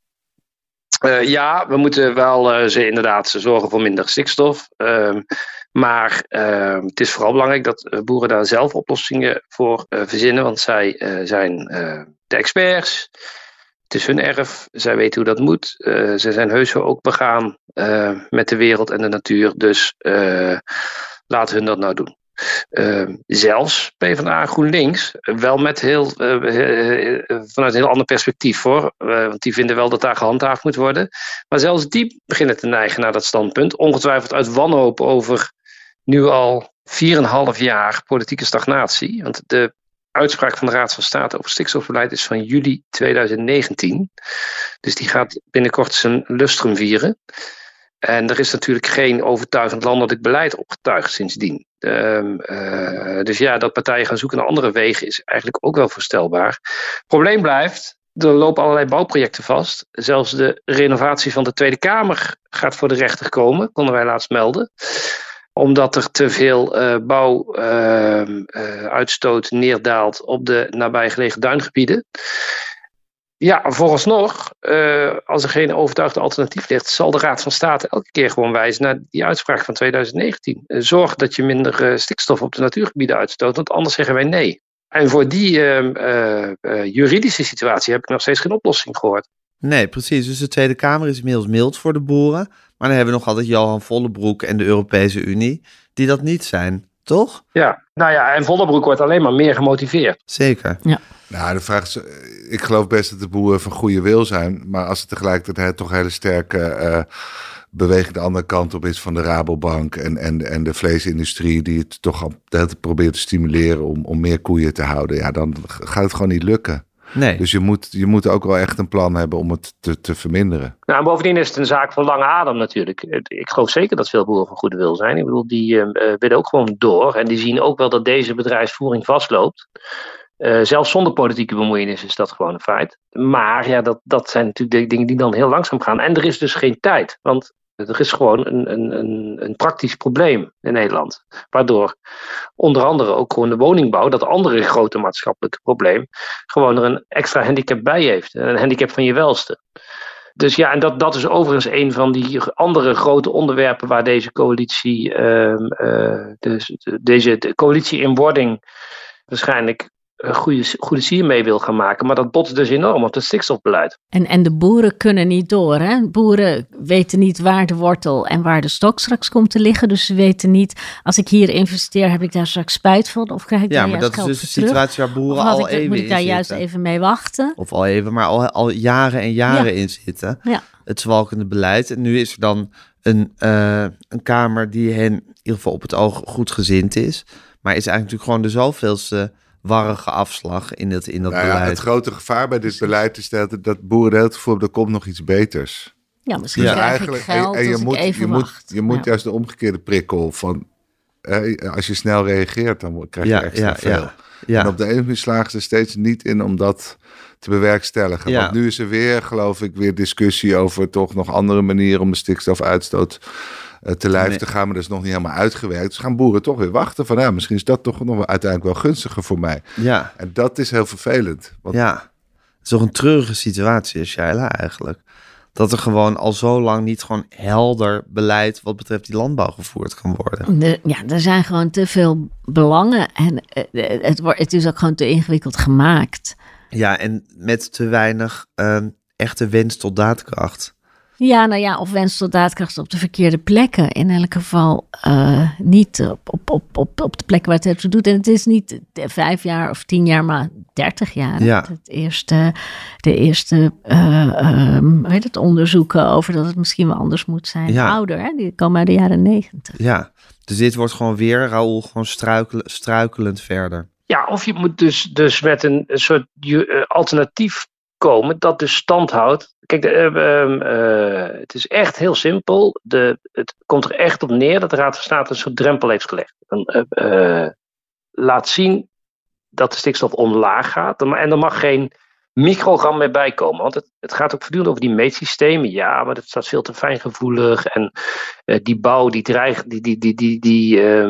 Uh, ja, we moeten wel uh, ze inderdaad zorgen voor minder stikstof. Uh, maar uh, het is vooral belangrijk dat boeren daar zelf oplossingen voor uh, verzinnen. Want zij uh, zijn uh, de experts. Het is hun erf, zij weten hoe dat moet. Uh, ze zijn heus wel ook begaan uh, met de wereld en de natuur. Dus uh, laten hun dat nou doen. Uh, zelfs PvdA GroenLinks, wel met heel, uh, uh, uh, vanuit een heel ander perspectief hoor. Uh, want die vinden wel dat daar gehandhaafd moet worden. Maar zelfs die beginnen te neigen naar dat standpunt. Ongetwijfeld uit wanhoop over nu al vier en een half jaar politieke stagnatie. Want de uitspraak van de Raad van State over stikstofbeleid is van juli tweeduizend negentien. Dus die gaat binnenkort zijn lustrum vieren. En er is natuurlijk geen overtuigend landelijk beleid opgetuigd sindsdien. Uh, uh, dus ja, dat partijen gaan zoeken naar andere wegen is eigenlijk ook wel voorstelbaar. Probleem blijft, er lopen allerlei bouwprojecten vast. Zelfs de renovatie van de Tweede Kamer gaat voor de rechter komen, konden wij laatst melden. Omdat er te veel uh, bouwuitstoot uh, uh, neerdaalt op de nabijgelegen duingebieden. Ja, vooralsnog, uh, als er geen overtuigd alternatief ligt, zal de Raad van State elke keer gewoon wijzen naar die uitspraak van tweeduizend negentien. Uh, zorg dat je minder uh, stikstof op de natuurgebieden uitstoot, want anders zeggen wij nee. En voor die uh, uh, uh, juridische situatie heb ik nog steeds geen oplossing gehoord. Nee, precies. Dus de Tweede Kamer is inmiddels mild voor de boeren. Maar dan hebben we nog altijd Johan Vollebroek en de Europese Unie, die dat niet zijn, toch? Ja, nou ja, en Vollebroek wordt alleen maar meer gemotiveerd. Zeker. Ja. Nou, de vraag is, ik geloof best dat de boeren van goede wil zijn, maar als het tegelijkertijd toch hele sterke uh, beweging de andere kant op is van de Rabobank en, en, en de vleesindustrie die het toch al probeert te stimuleren om, om meer koeien te houden, ja, dan gaat het gewoon niet lukken. Nee. Dus je moet, je moet ook wel echt een plan hebben om het te, te verminderen. Nou, bovendien is het een zaak van lange adem natuurlijk. Ik geloof zeker dat veel boeren van goede wil zijn. Ik bedoel, die uh, willen ook gewoon door. En die zien ook wel dat deze bedrijfsvoering vastloopt. Uh, zelfs zonder politieke bemoeienis is dat gewoon een feit. Maar ja, dat, dat zijn natuurlijk de dingen die dan heel langzaam gaan. En er is dus geen tijd. Want er is gewoon een, een, een, een praktisch probleem in Nederland. Waardoor onder andere ook gewoon de woningbouw, dat andere grote maatschappelijke probleem, gewoon er een extra handicap bij heeft. Een handicap van je welste. Dus ja, en dat, dat is overigens een van die andere grote onderwerpen waar deze coalitie, uh, uh, dus deze de coalitie in wording waarschijnlijk een goede, goede sier mee wil gaan maken. Maar dat botst dus enorm op het stikstofbeleid. En, en de boeren kunnen niet door. Hè? Boeren weten niet waar de wortel en waar de stok straks komt te liggen. Dus ze weten niet, als ik hier investeer, heb ik daar straks spijt van? Of krijg ik ja, daar maar juist dat is dus een situatie waar boeren al ik, even in moet ik daar zitten. juist even mee wachten? Of al even, maar al, al jaren en jaren ja. in zitten. Ja. Het zwalkende beleid. En nu is er dan een, uh, een Kamer die hen in ieder geval op het oog goed gezind is. Maar is eigenlijk natuurlijk gewoon de zoveelste warrige afslag in dat, in dat nou beleid. Ja, het grote gevaar bij dit beleid is dat, dat boeren heel gevoel er komt nog iets beters. Ja, misschien dus krijg eigenlijk, ik geld en, en je als moet, ik even je wacht. moet, je moet ja. juist de omgekeerde prikkel van, eh, als je snel reageert, dan krijg je ja, extra ja, veel. Ja, ja. En op de ene manier slagen ze steeds niet in om dat te bewerkstelligen. Ja. Want nu is er weer, geloof ik, weer discussie over toch nog andere manieren om de stikstofuitstoot uh, te lijf nee. te gaan. Maar dat is nog niet helemaal uitgewerkt. Dus gaan boeren toch weer wachten van, ja, misschien is dat toch nog uiteindelijk wel gunstiger voor mij. Ja. En dat is heel vervelend. Want ja, het is toch een treurige situatie, Shaila, eigenlijk. Dat er gewoon al zo lang niet gewoon helder beleid wat betreft die landbouw gevoerd kan worden. De, ja, er zijn gewoon te veel belangen en het, het, wordt, het is ook gewoon te ingewikkeld gemaakt. Ja, en met te weinig uh, echte wens tot daadkracht. Ja, nou ja, of wens tot daadkracht op de verkeerde plekken. In elk geval uh, niet op, op, op, op, op de plekken waar het het toe doet. En het is niet vijf jaar of tien jaar, maar dertig jaar. Ja. Het eerste, de eerste uh, um, weet het, onderzoeken over dat het misschien wel anders moet zijn. Ja. Ouder, hè? Die komen uit de jaren negentig. Ja, dus dit wordt gewoon weer, Raoul, gewoon struikel, struikelend verder. Ja, of je moet dus, dus met een, een soort uh, alternatief komen dat dus stand houdt. Kijk, de, uh, uh, het is echt heel simpel. De, het komt er echt op neer dat de Raad van State een soort drempel heeft gelegd. Dan, uh, uh, laat zien dat de stikstof omlaag gaat. En er mag geen microgram meer bij komen. Want het, het gaat ook voortdurend over die meetsystemen. Ja, maar dat staat veel te fijngevoelig. En uh, die bouw die dreigt, die, die, die, die, die, uh,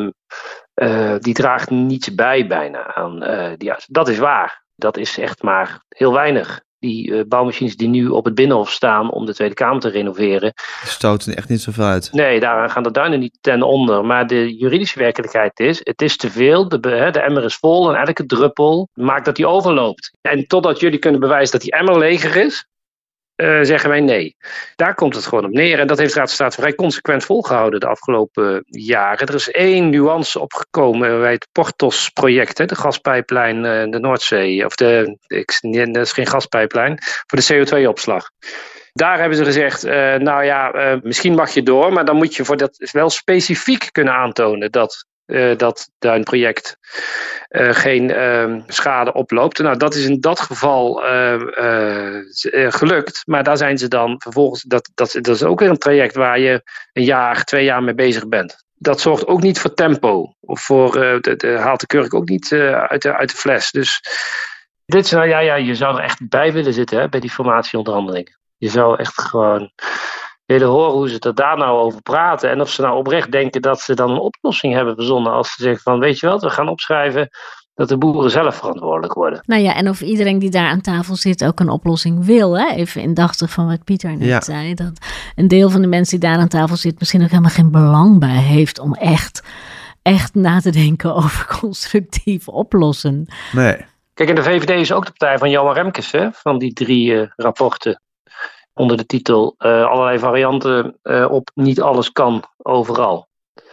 uh, die draagt niets bij bijna aan. Uh, die, dat is waar. Dat is echt maar heel weinig. Die uh, bouwmachines die nu op het Binnenhof staan om de Tweede Kamer te renoveren. Die stoten echt niet zoveel uit. Nee, daar gaan de duinen niet ten onder. Maar de juridische werkelijkheid is, het is te veel. De, de emmer is vol en elke druppel maakt dat die overloopt. En totdat jullie kunnen bewijzen dat die emmer leger is, uh, zeggen wij nee. Daar komt het gewoon op neer. En dat heeft de Raad van State vrij consequent volgehouden de afgelopen jaren. Er is één nuance opgekomen bij het Porthos-project, de gaspijplijn uh, de Noordzee. Of de, ik, nee, dat is geen gaspijplijn, voor de C O twee opslag. Daar hebben ze gezegd, uh, nou ja, uh, misschien mag je door, maar dan moet je voor dat wel specifiek kunnen aantonen dat Uh, dat duinproject uh, geen uh, schade oploopt. Nou, dat is in dat geval uh, uh, gelukt. Maar daar zijn ze dan vervolgens... Dat, dat, dat is ook weer een traject waar je een jaar, twee jaar mee bezig bent. Dat zorgt ook niet voor tempo. Of voor... Uh, de, de, haalt de kurk ook niet uh, uit, de, uit de fles. Dus dit is nou... Ja, ja, je zou er echt bij willen zitten, hè, bij die formatieonderhandeling. Je zou echt gewoon... willen horen hoe ze er daar nou over praten. En of ze nou oprecht denken dat ze dan een oplossing hebben verzonnen. Als ze zeggen van, weet je wat, we gaan opschrijven dat de boeren zelf verantwoordelijk worden. Nou ja, en of iedereen die daar aan tafel zit ook een oplossing wil. Hè? Even indachtig van wat Pieter net ja. zei. Dat een deel van de mensen die daar aan tafel zit misschien ook helemaal geen belang bij heeft om echt, echt na te denken over constructief oplossen. Nee. Kijk, en de V V D is ook de partij van Johan Remkes, hè, van die drie uh, rapporten. Onder de titel uh, allerlei varianten uh, op niet alles kan overal.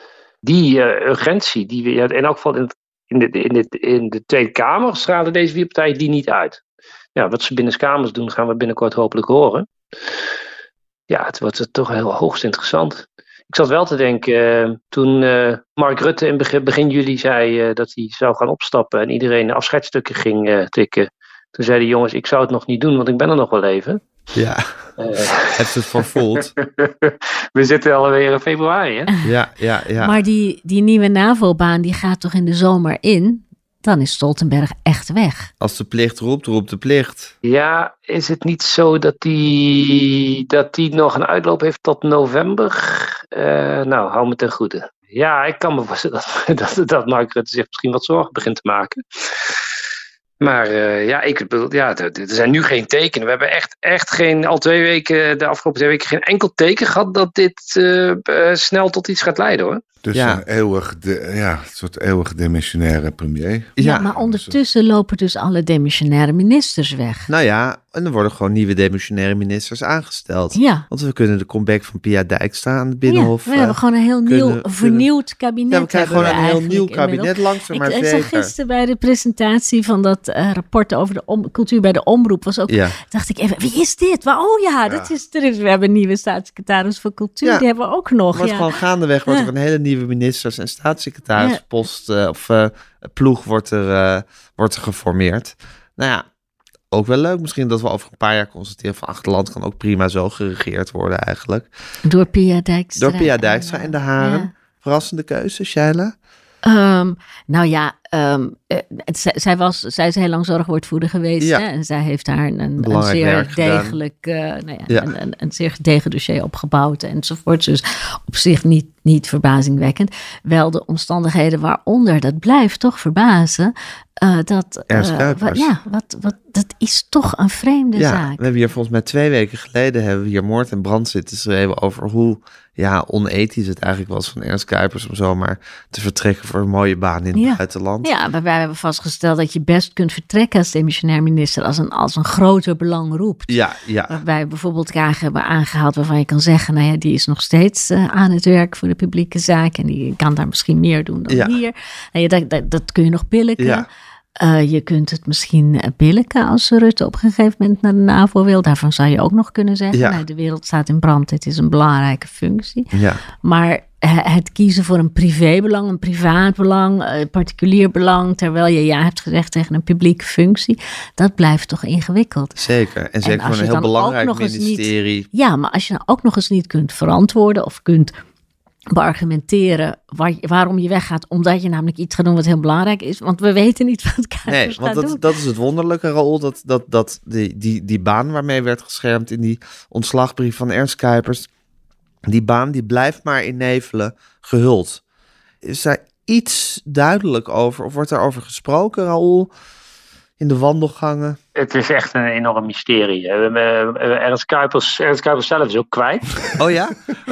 Die uh, urgentie, die we ja, in elk geval in, in, de, in, de, in de Tweede Kamer stralen deze vier partijen die niet uit. Ja, wat ze binnenskamers doen, gaan we binnenkort hopelijk horen. Ja, het wordt toch heel hoogst interessant. Ik zat wel te denken, uh, toen uh, Mark Rutte in begin, begin juli zei uh, dat hij zou gaan opstappen en iedereen afscheidsstukken ging uh, tikken. Toen zei die jongens, ik zou het nog niet doen, want ik ben er nog wel even. Ja, uh, heb je het voor voelt? We zitten alweer in februari, hè? Ja, ja, ja. Maar die, die nieuwe NAVO-baan, die gaat toch in de zomer in? Dan is Stoltenberg echt weg. Als de plicht roept, roept de plicht. Ja, is het niet zo dat die, dat die nog een uitloop heeft tot november? Uh, nou, hou me ten goede. Ja, ik kan me voorstellen dat, dat, dat Mark Rutte zich misschien wat zorgen begint te maken. Maar uh, ja, ik bedoel, ja, er, er zijn nu geen tekenen. We hebben echt, echt geen, al twee weken, de afgelopen twee weken, geen enkel teken gehad dat dit uh, uh, snel tot iets gaat leiden, hoor. Dus ja. een eeuwig, de, ja, een soort eeuwig demissionaire premier. Ja, ja, maar ondertussen lopen dus alle demissionaire ministers weg. Nou ja, en er worden gewoon nieuwe demissionaire ministers aangesteld. Ja. Want we kunnen de comeback van Pia Dijkstra aan het Binnenhof... Ja, we hebben gewoon een heel kunnen, nieuw, vernieuwd kabinet. Ja, we krijgen gewoon een heel nieuw kabinet, inmiddels. langzaam maar ik, zeker. Ik zag gisteren bij de presentatie van dat uh, rapport over de om, cultuur bij de omroep, was ook, ja. dacht ik even, wie is dit? Maar, oh ja, ja. Dat is, er is, we hebben een nieuwe staatssecretaris voor cultuur, ja. die hebben we ook nog. Maar ja. gewoon gaandeweg wordt er een hele nieuwe ministers- en staatssecretarispost uh, of uh, ploeg wordt er, uh, wordt er geformeerd. Nou ja, ook wel leuk misschien dat we over een paar jaar constateren van achterland kan ook prima zo geregeerd worden eigenlijk. Door Pia Dijkstra. Door Pia Dijkstra en de Haren. Ja. Verrassende keuze, Shaila? Um, nou ja, um, het, zij, zij, was, zij is heel lang zorgwoordvoerder geweest. Ja. Hè? En zij heeft daar een, een, een zeer degelijk, uh, nou ja, ja. Een, een, een zeer gedegen dossier opgebouwd enzovoort. Dus op zich niet, niet verbazingwekkend. Wel de omstandigheden waaronder, dat blijft toch verbazen. Uh, dat, uh, wat, ja, wat, wat, dat is toch een vreemde ja, zaak. We hebben hier volgens mij twee weken geleden hebben we hier moord en brand zitten schreven over hoe ja, onethisch het eigenlijk was van Ernst Kuipers om zomaar te vertrekken voor een mooie baan in het ja. buitenland. Ja, maar wij hebben vastgesteld dat je best kunt vertrekken als demissionair minister als een, als een groter belang roept. Ja, ja. Waarbij bijvoorbeeld Kaag hebben aangehaald waarvan je kan zeggen, nou ja, die is nog steeds uh, aan het werk voor de publieke zaak en die kan daar misschien meer doen dan ja. hier. Nou ja, dat, dat, dat kun je nog billijken. Ja. Uh, je kunt het misschien billijken als Rutte op een gegeven moment naar de NAVO wil. Daarvan zou je ook nog kunnen zeggen, ja. nou, de wereld staat in brand, dit is een belangrijke functie. Ja. Maar het kiezen voor een privébelang, een privaat belang, een particulier belang, terwijl je ja hebt gezegd tegen een publieke functie, dat blijft toch ingewikkeld. Zeker, en zeker en voor een heel belangrijk ministerie. Niet, ja, maar als je nou ook nog eens niet kunt verantwoorden of kunt beargumenteren waar, waarom je weggaat, omdat je namelijk iets gaat doen wat heel belangrijk is, want we weten niet wat Kuipers nee, gaat want dat, doen. dat is het wonderlijke, Raoul, dat, dat, dat die, die, die baan waarmee werd geschermd in die ontslagbrief van Ernst Kuipers, die baan die blijft maar in nevelen gehuld. Is daar iets duidelijk over, of wordt daarover gesproken, Raoul, in de wandelgangen? Het is echt een enorm mysterie. Ernst Kuipers, Ernst Kuipers zelf is ook kwijt. Oh ja?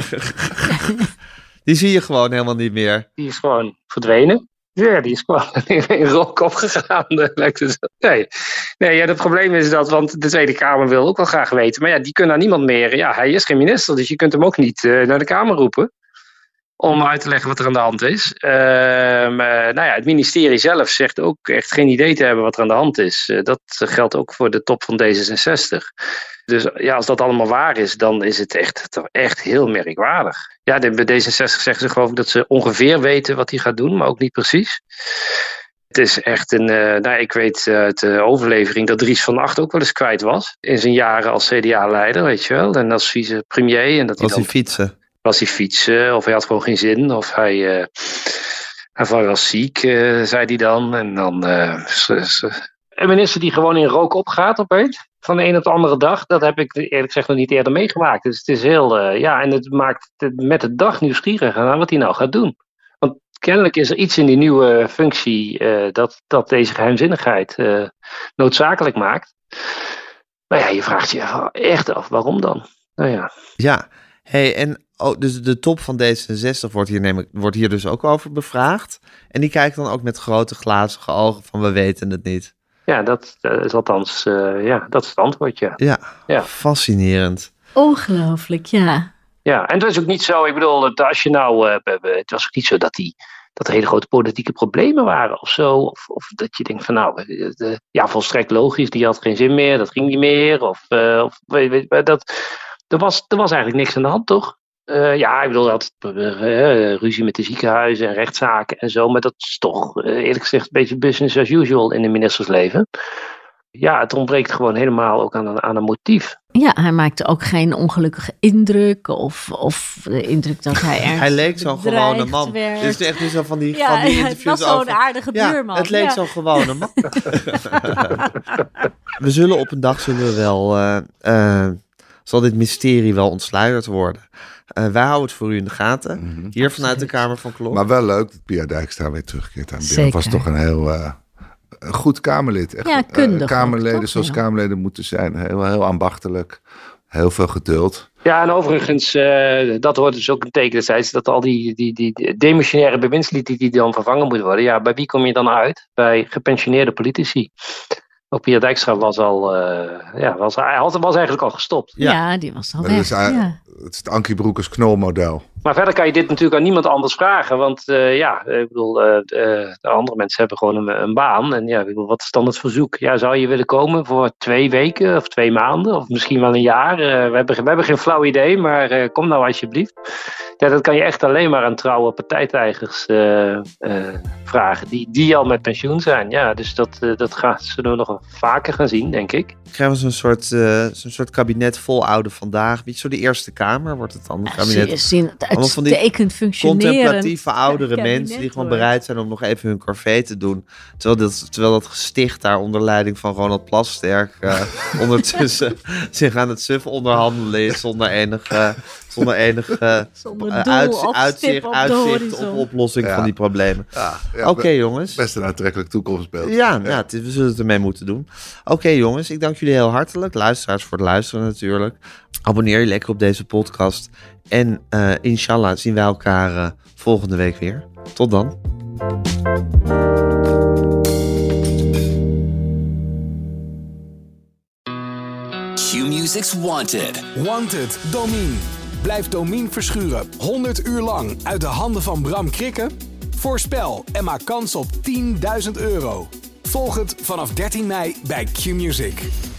Die zie je gewoon helemaal niet meer. Die is gewoon verdwenen. Ja, die is gewoon in rook opgegaan. Nee, nee ja, het probleem is dat, want de Tweede Kamer wil ook wel graag weten. Maar ja, die kunnen aan niemand meer. Ja, hij is geen minister, dus je kunt hem ook niet uh, naar de Kamer roepen. Om uit te leggen wat er aan de hand is. Uh, maar, nou ja, het ministerie zelf zegt ook echt geen idee te hebben wat er aan de hand is. Uh, dat geldt ook voor de top van D zesenzestig. Dus ja, als dat allemaal waar is, dan is het echt, echt heel merkwaardig. Ja, bij D zesenzestig zeggen ze geloof ik dat ze ongeveer weten wat hij gaat doen, maar ook niet precies. Het is echt een, uh, nou, ik weet uit de overlevering dat Dries van Acht ook wel eens kwijt was. In zijn jaren als C D A-leider, weet je wel. En als vicepremier. En dat was hij hij fietsen? Was hij fietsen, of hij had gewoon geen zin, of hij, uh, hij was ziek, uh, zei hij dan. En dan uh, een minister die gewoon in rook opgaat opeens, van de een op de andere dag, dat heb ik eerlijk gezegd nog niet eerder meegemaakt. Dus het is heel, uh, ja, en het maakt het met de dag nieuwsgierig naar wat hij nou gaat doen. Want kennelijk is er iets in die nieuwe functie uh, dat, dat deze geheimzinnigheid uh, noodzakelijk maakt. Maar ja, je vraagt je echt af, waarom dan? Nou ja. Ja, hey, en oh, dus de top van D zesenzestig wordt hier, neem ik, wordt hier dus ook over bevraagd. En die kijkt dan ook met grote glazige ogen van we weten het niet. Ja, dat, dat is althans, uh, ja, dat is het antwoord, ja. Ja, ja. Fascinerend. Ongelooflijk, ja. Ja, en het is ook niet zo, ik bedoel, als je nou, uh, het was ook niet zo dat die, dat er hele grote politieke problemen waren of zo. Of, of dat je denkt van nou, de, ja, volstrekt logisch, die had geen zin meer, dat ging niet meer. Of, uh, of weet, weet, dat, er, was, er was eigenlijk niks aan de hand, toch? Uh, ja, ik bedoel, dat uh, ruzie met de ziekenhuizen en rechtszaken en zo. Maar dat is toch, uh, eerlijk gezegd, een beetje business as usual in een ministersleven. ja, het ontbreekt gewoon helemaal ook aan een, aan een motief. Ja, hij maakte ook geen ongelukkige indruk of, of de indruk dat hij ergens Hij leek zo'n gewone man. Werd. Dit is echt nu zo van die, ja, van die ja, interviews het was over... zo'n aardige buurman. Ja, het leek ja. zo'n gewone man. We zullen op een dag zullen we wel... Uh, uh, zal dit mysterie wel ontsluierd worden. Uh, wij houden het voor u in de gaten. Mm-hmm. Hier vanuit de Kamer van Klok. Maar wel leuk dat Pia Dijkstra weer terugkeert aan het binnen. was toch een heel... Uh... Een goed Kamerlid. Echt, ja, kundig. Uh, Kamerleden ook, zoals ja. Kamerleden moeten zijn. Heel, heel ambachtelijk. Heel veel geduld. Ja, en overigens, uh, dat wordt dus ook een teken destijds dat al die, die, die, die demissionaire bewindslieden die dan vervangen moeten worden. Ja, bij wie kom je dan uit? Bij gepensioneerde politici. Ook Pia Dijkstra was al, uh, ja, was, hij was eigenlijk al gestopt. Ja, ja die was al weg. Is, uh, ja. Het is het Ankie Broekers knolmodel. Maar verder kan je dit natuurlijk aan niemand anders vragen. Want uh, ja, ik bedoel, uh, de andere mensen hebben gewoon een, een baan. En ja, ik bedoel, wat is dan het verzoek? Ja, zou je willen komen voor twee weken of twee maanden? Of misschien wel een jaar? Uh, we, hebben, we hebben geen flauw idee, maar uh, kom nou alsjeblieft. Ja, dat kan je echt alleen maar aan trouwe partijtijgers uh, uh, vragen. Die, die al met pensioen zijn. Ja, dus dat, uh, dat gaan, zullen we nog vaker gaan zien, denk ik. Krijgen we zo'n soort, uh, zo'n soort kabinet vol oude vandaag. Beetje zo de Eerste Kamer wordt het dan. Een kabinet. Ja, zin, uitstekend functioneren. Contemplatieve oudere mensen die gewoon bereid zijn om nog even hun corvée te doen. Terwijl dat, terwijl dat gesticht daar onder leiding van Ronald Plasterk uh, ondertussen zich aan het suf onderhandelen is zonder enige... Zonder enig uh, Zonder uh, doel uitzicht, of uitzicht, op, uitzicht op oplossing ja. van die problemen. Ja, ja, Oké okay, jongens. Best een aantrekkelijk toekomstbeeld. Ja, ja. ja het, we zullen het ermee moeten doen. Oké okay, jongens, ik dank jullie heel hartelijk. Luisteraars voor het luisteren natuurlijk. Abonneer je lekker op deze podcast. En uh, inshallah zien wij elkaar uh, volgende week weer. Tot dan. Q-Music's Wanted. Wanted, Domine. Blijf Domine verschuren honderd uur lang uit de handen van Bram Krikke? Voorspel en maak kans op tienduizend euro. Volg het vanaf dertien mei bij Q-Music.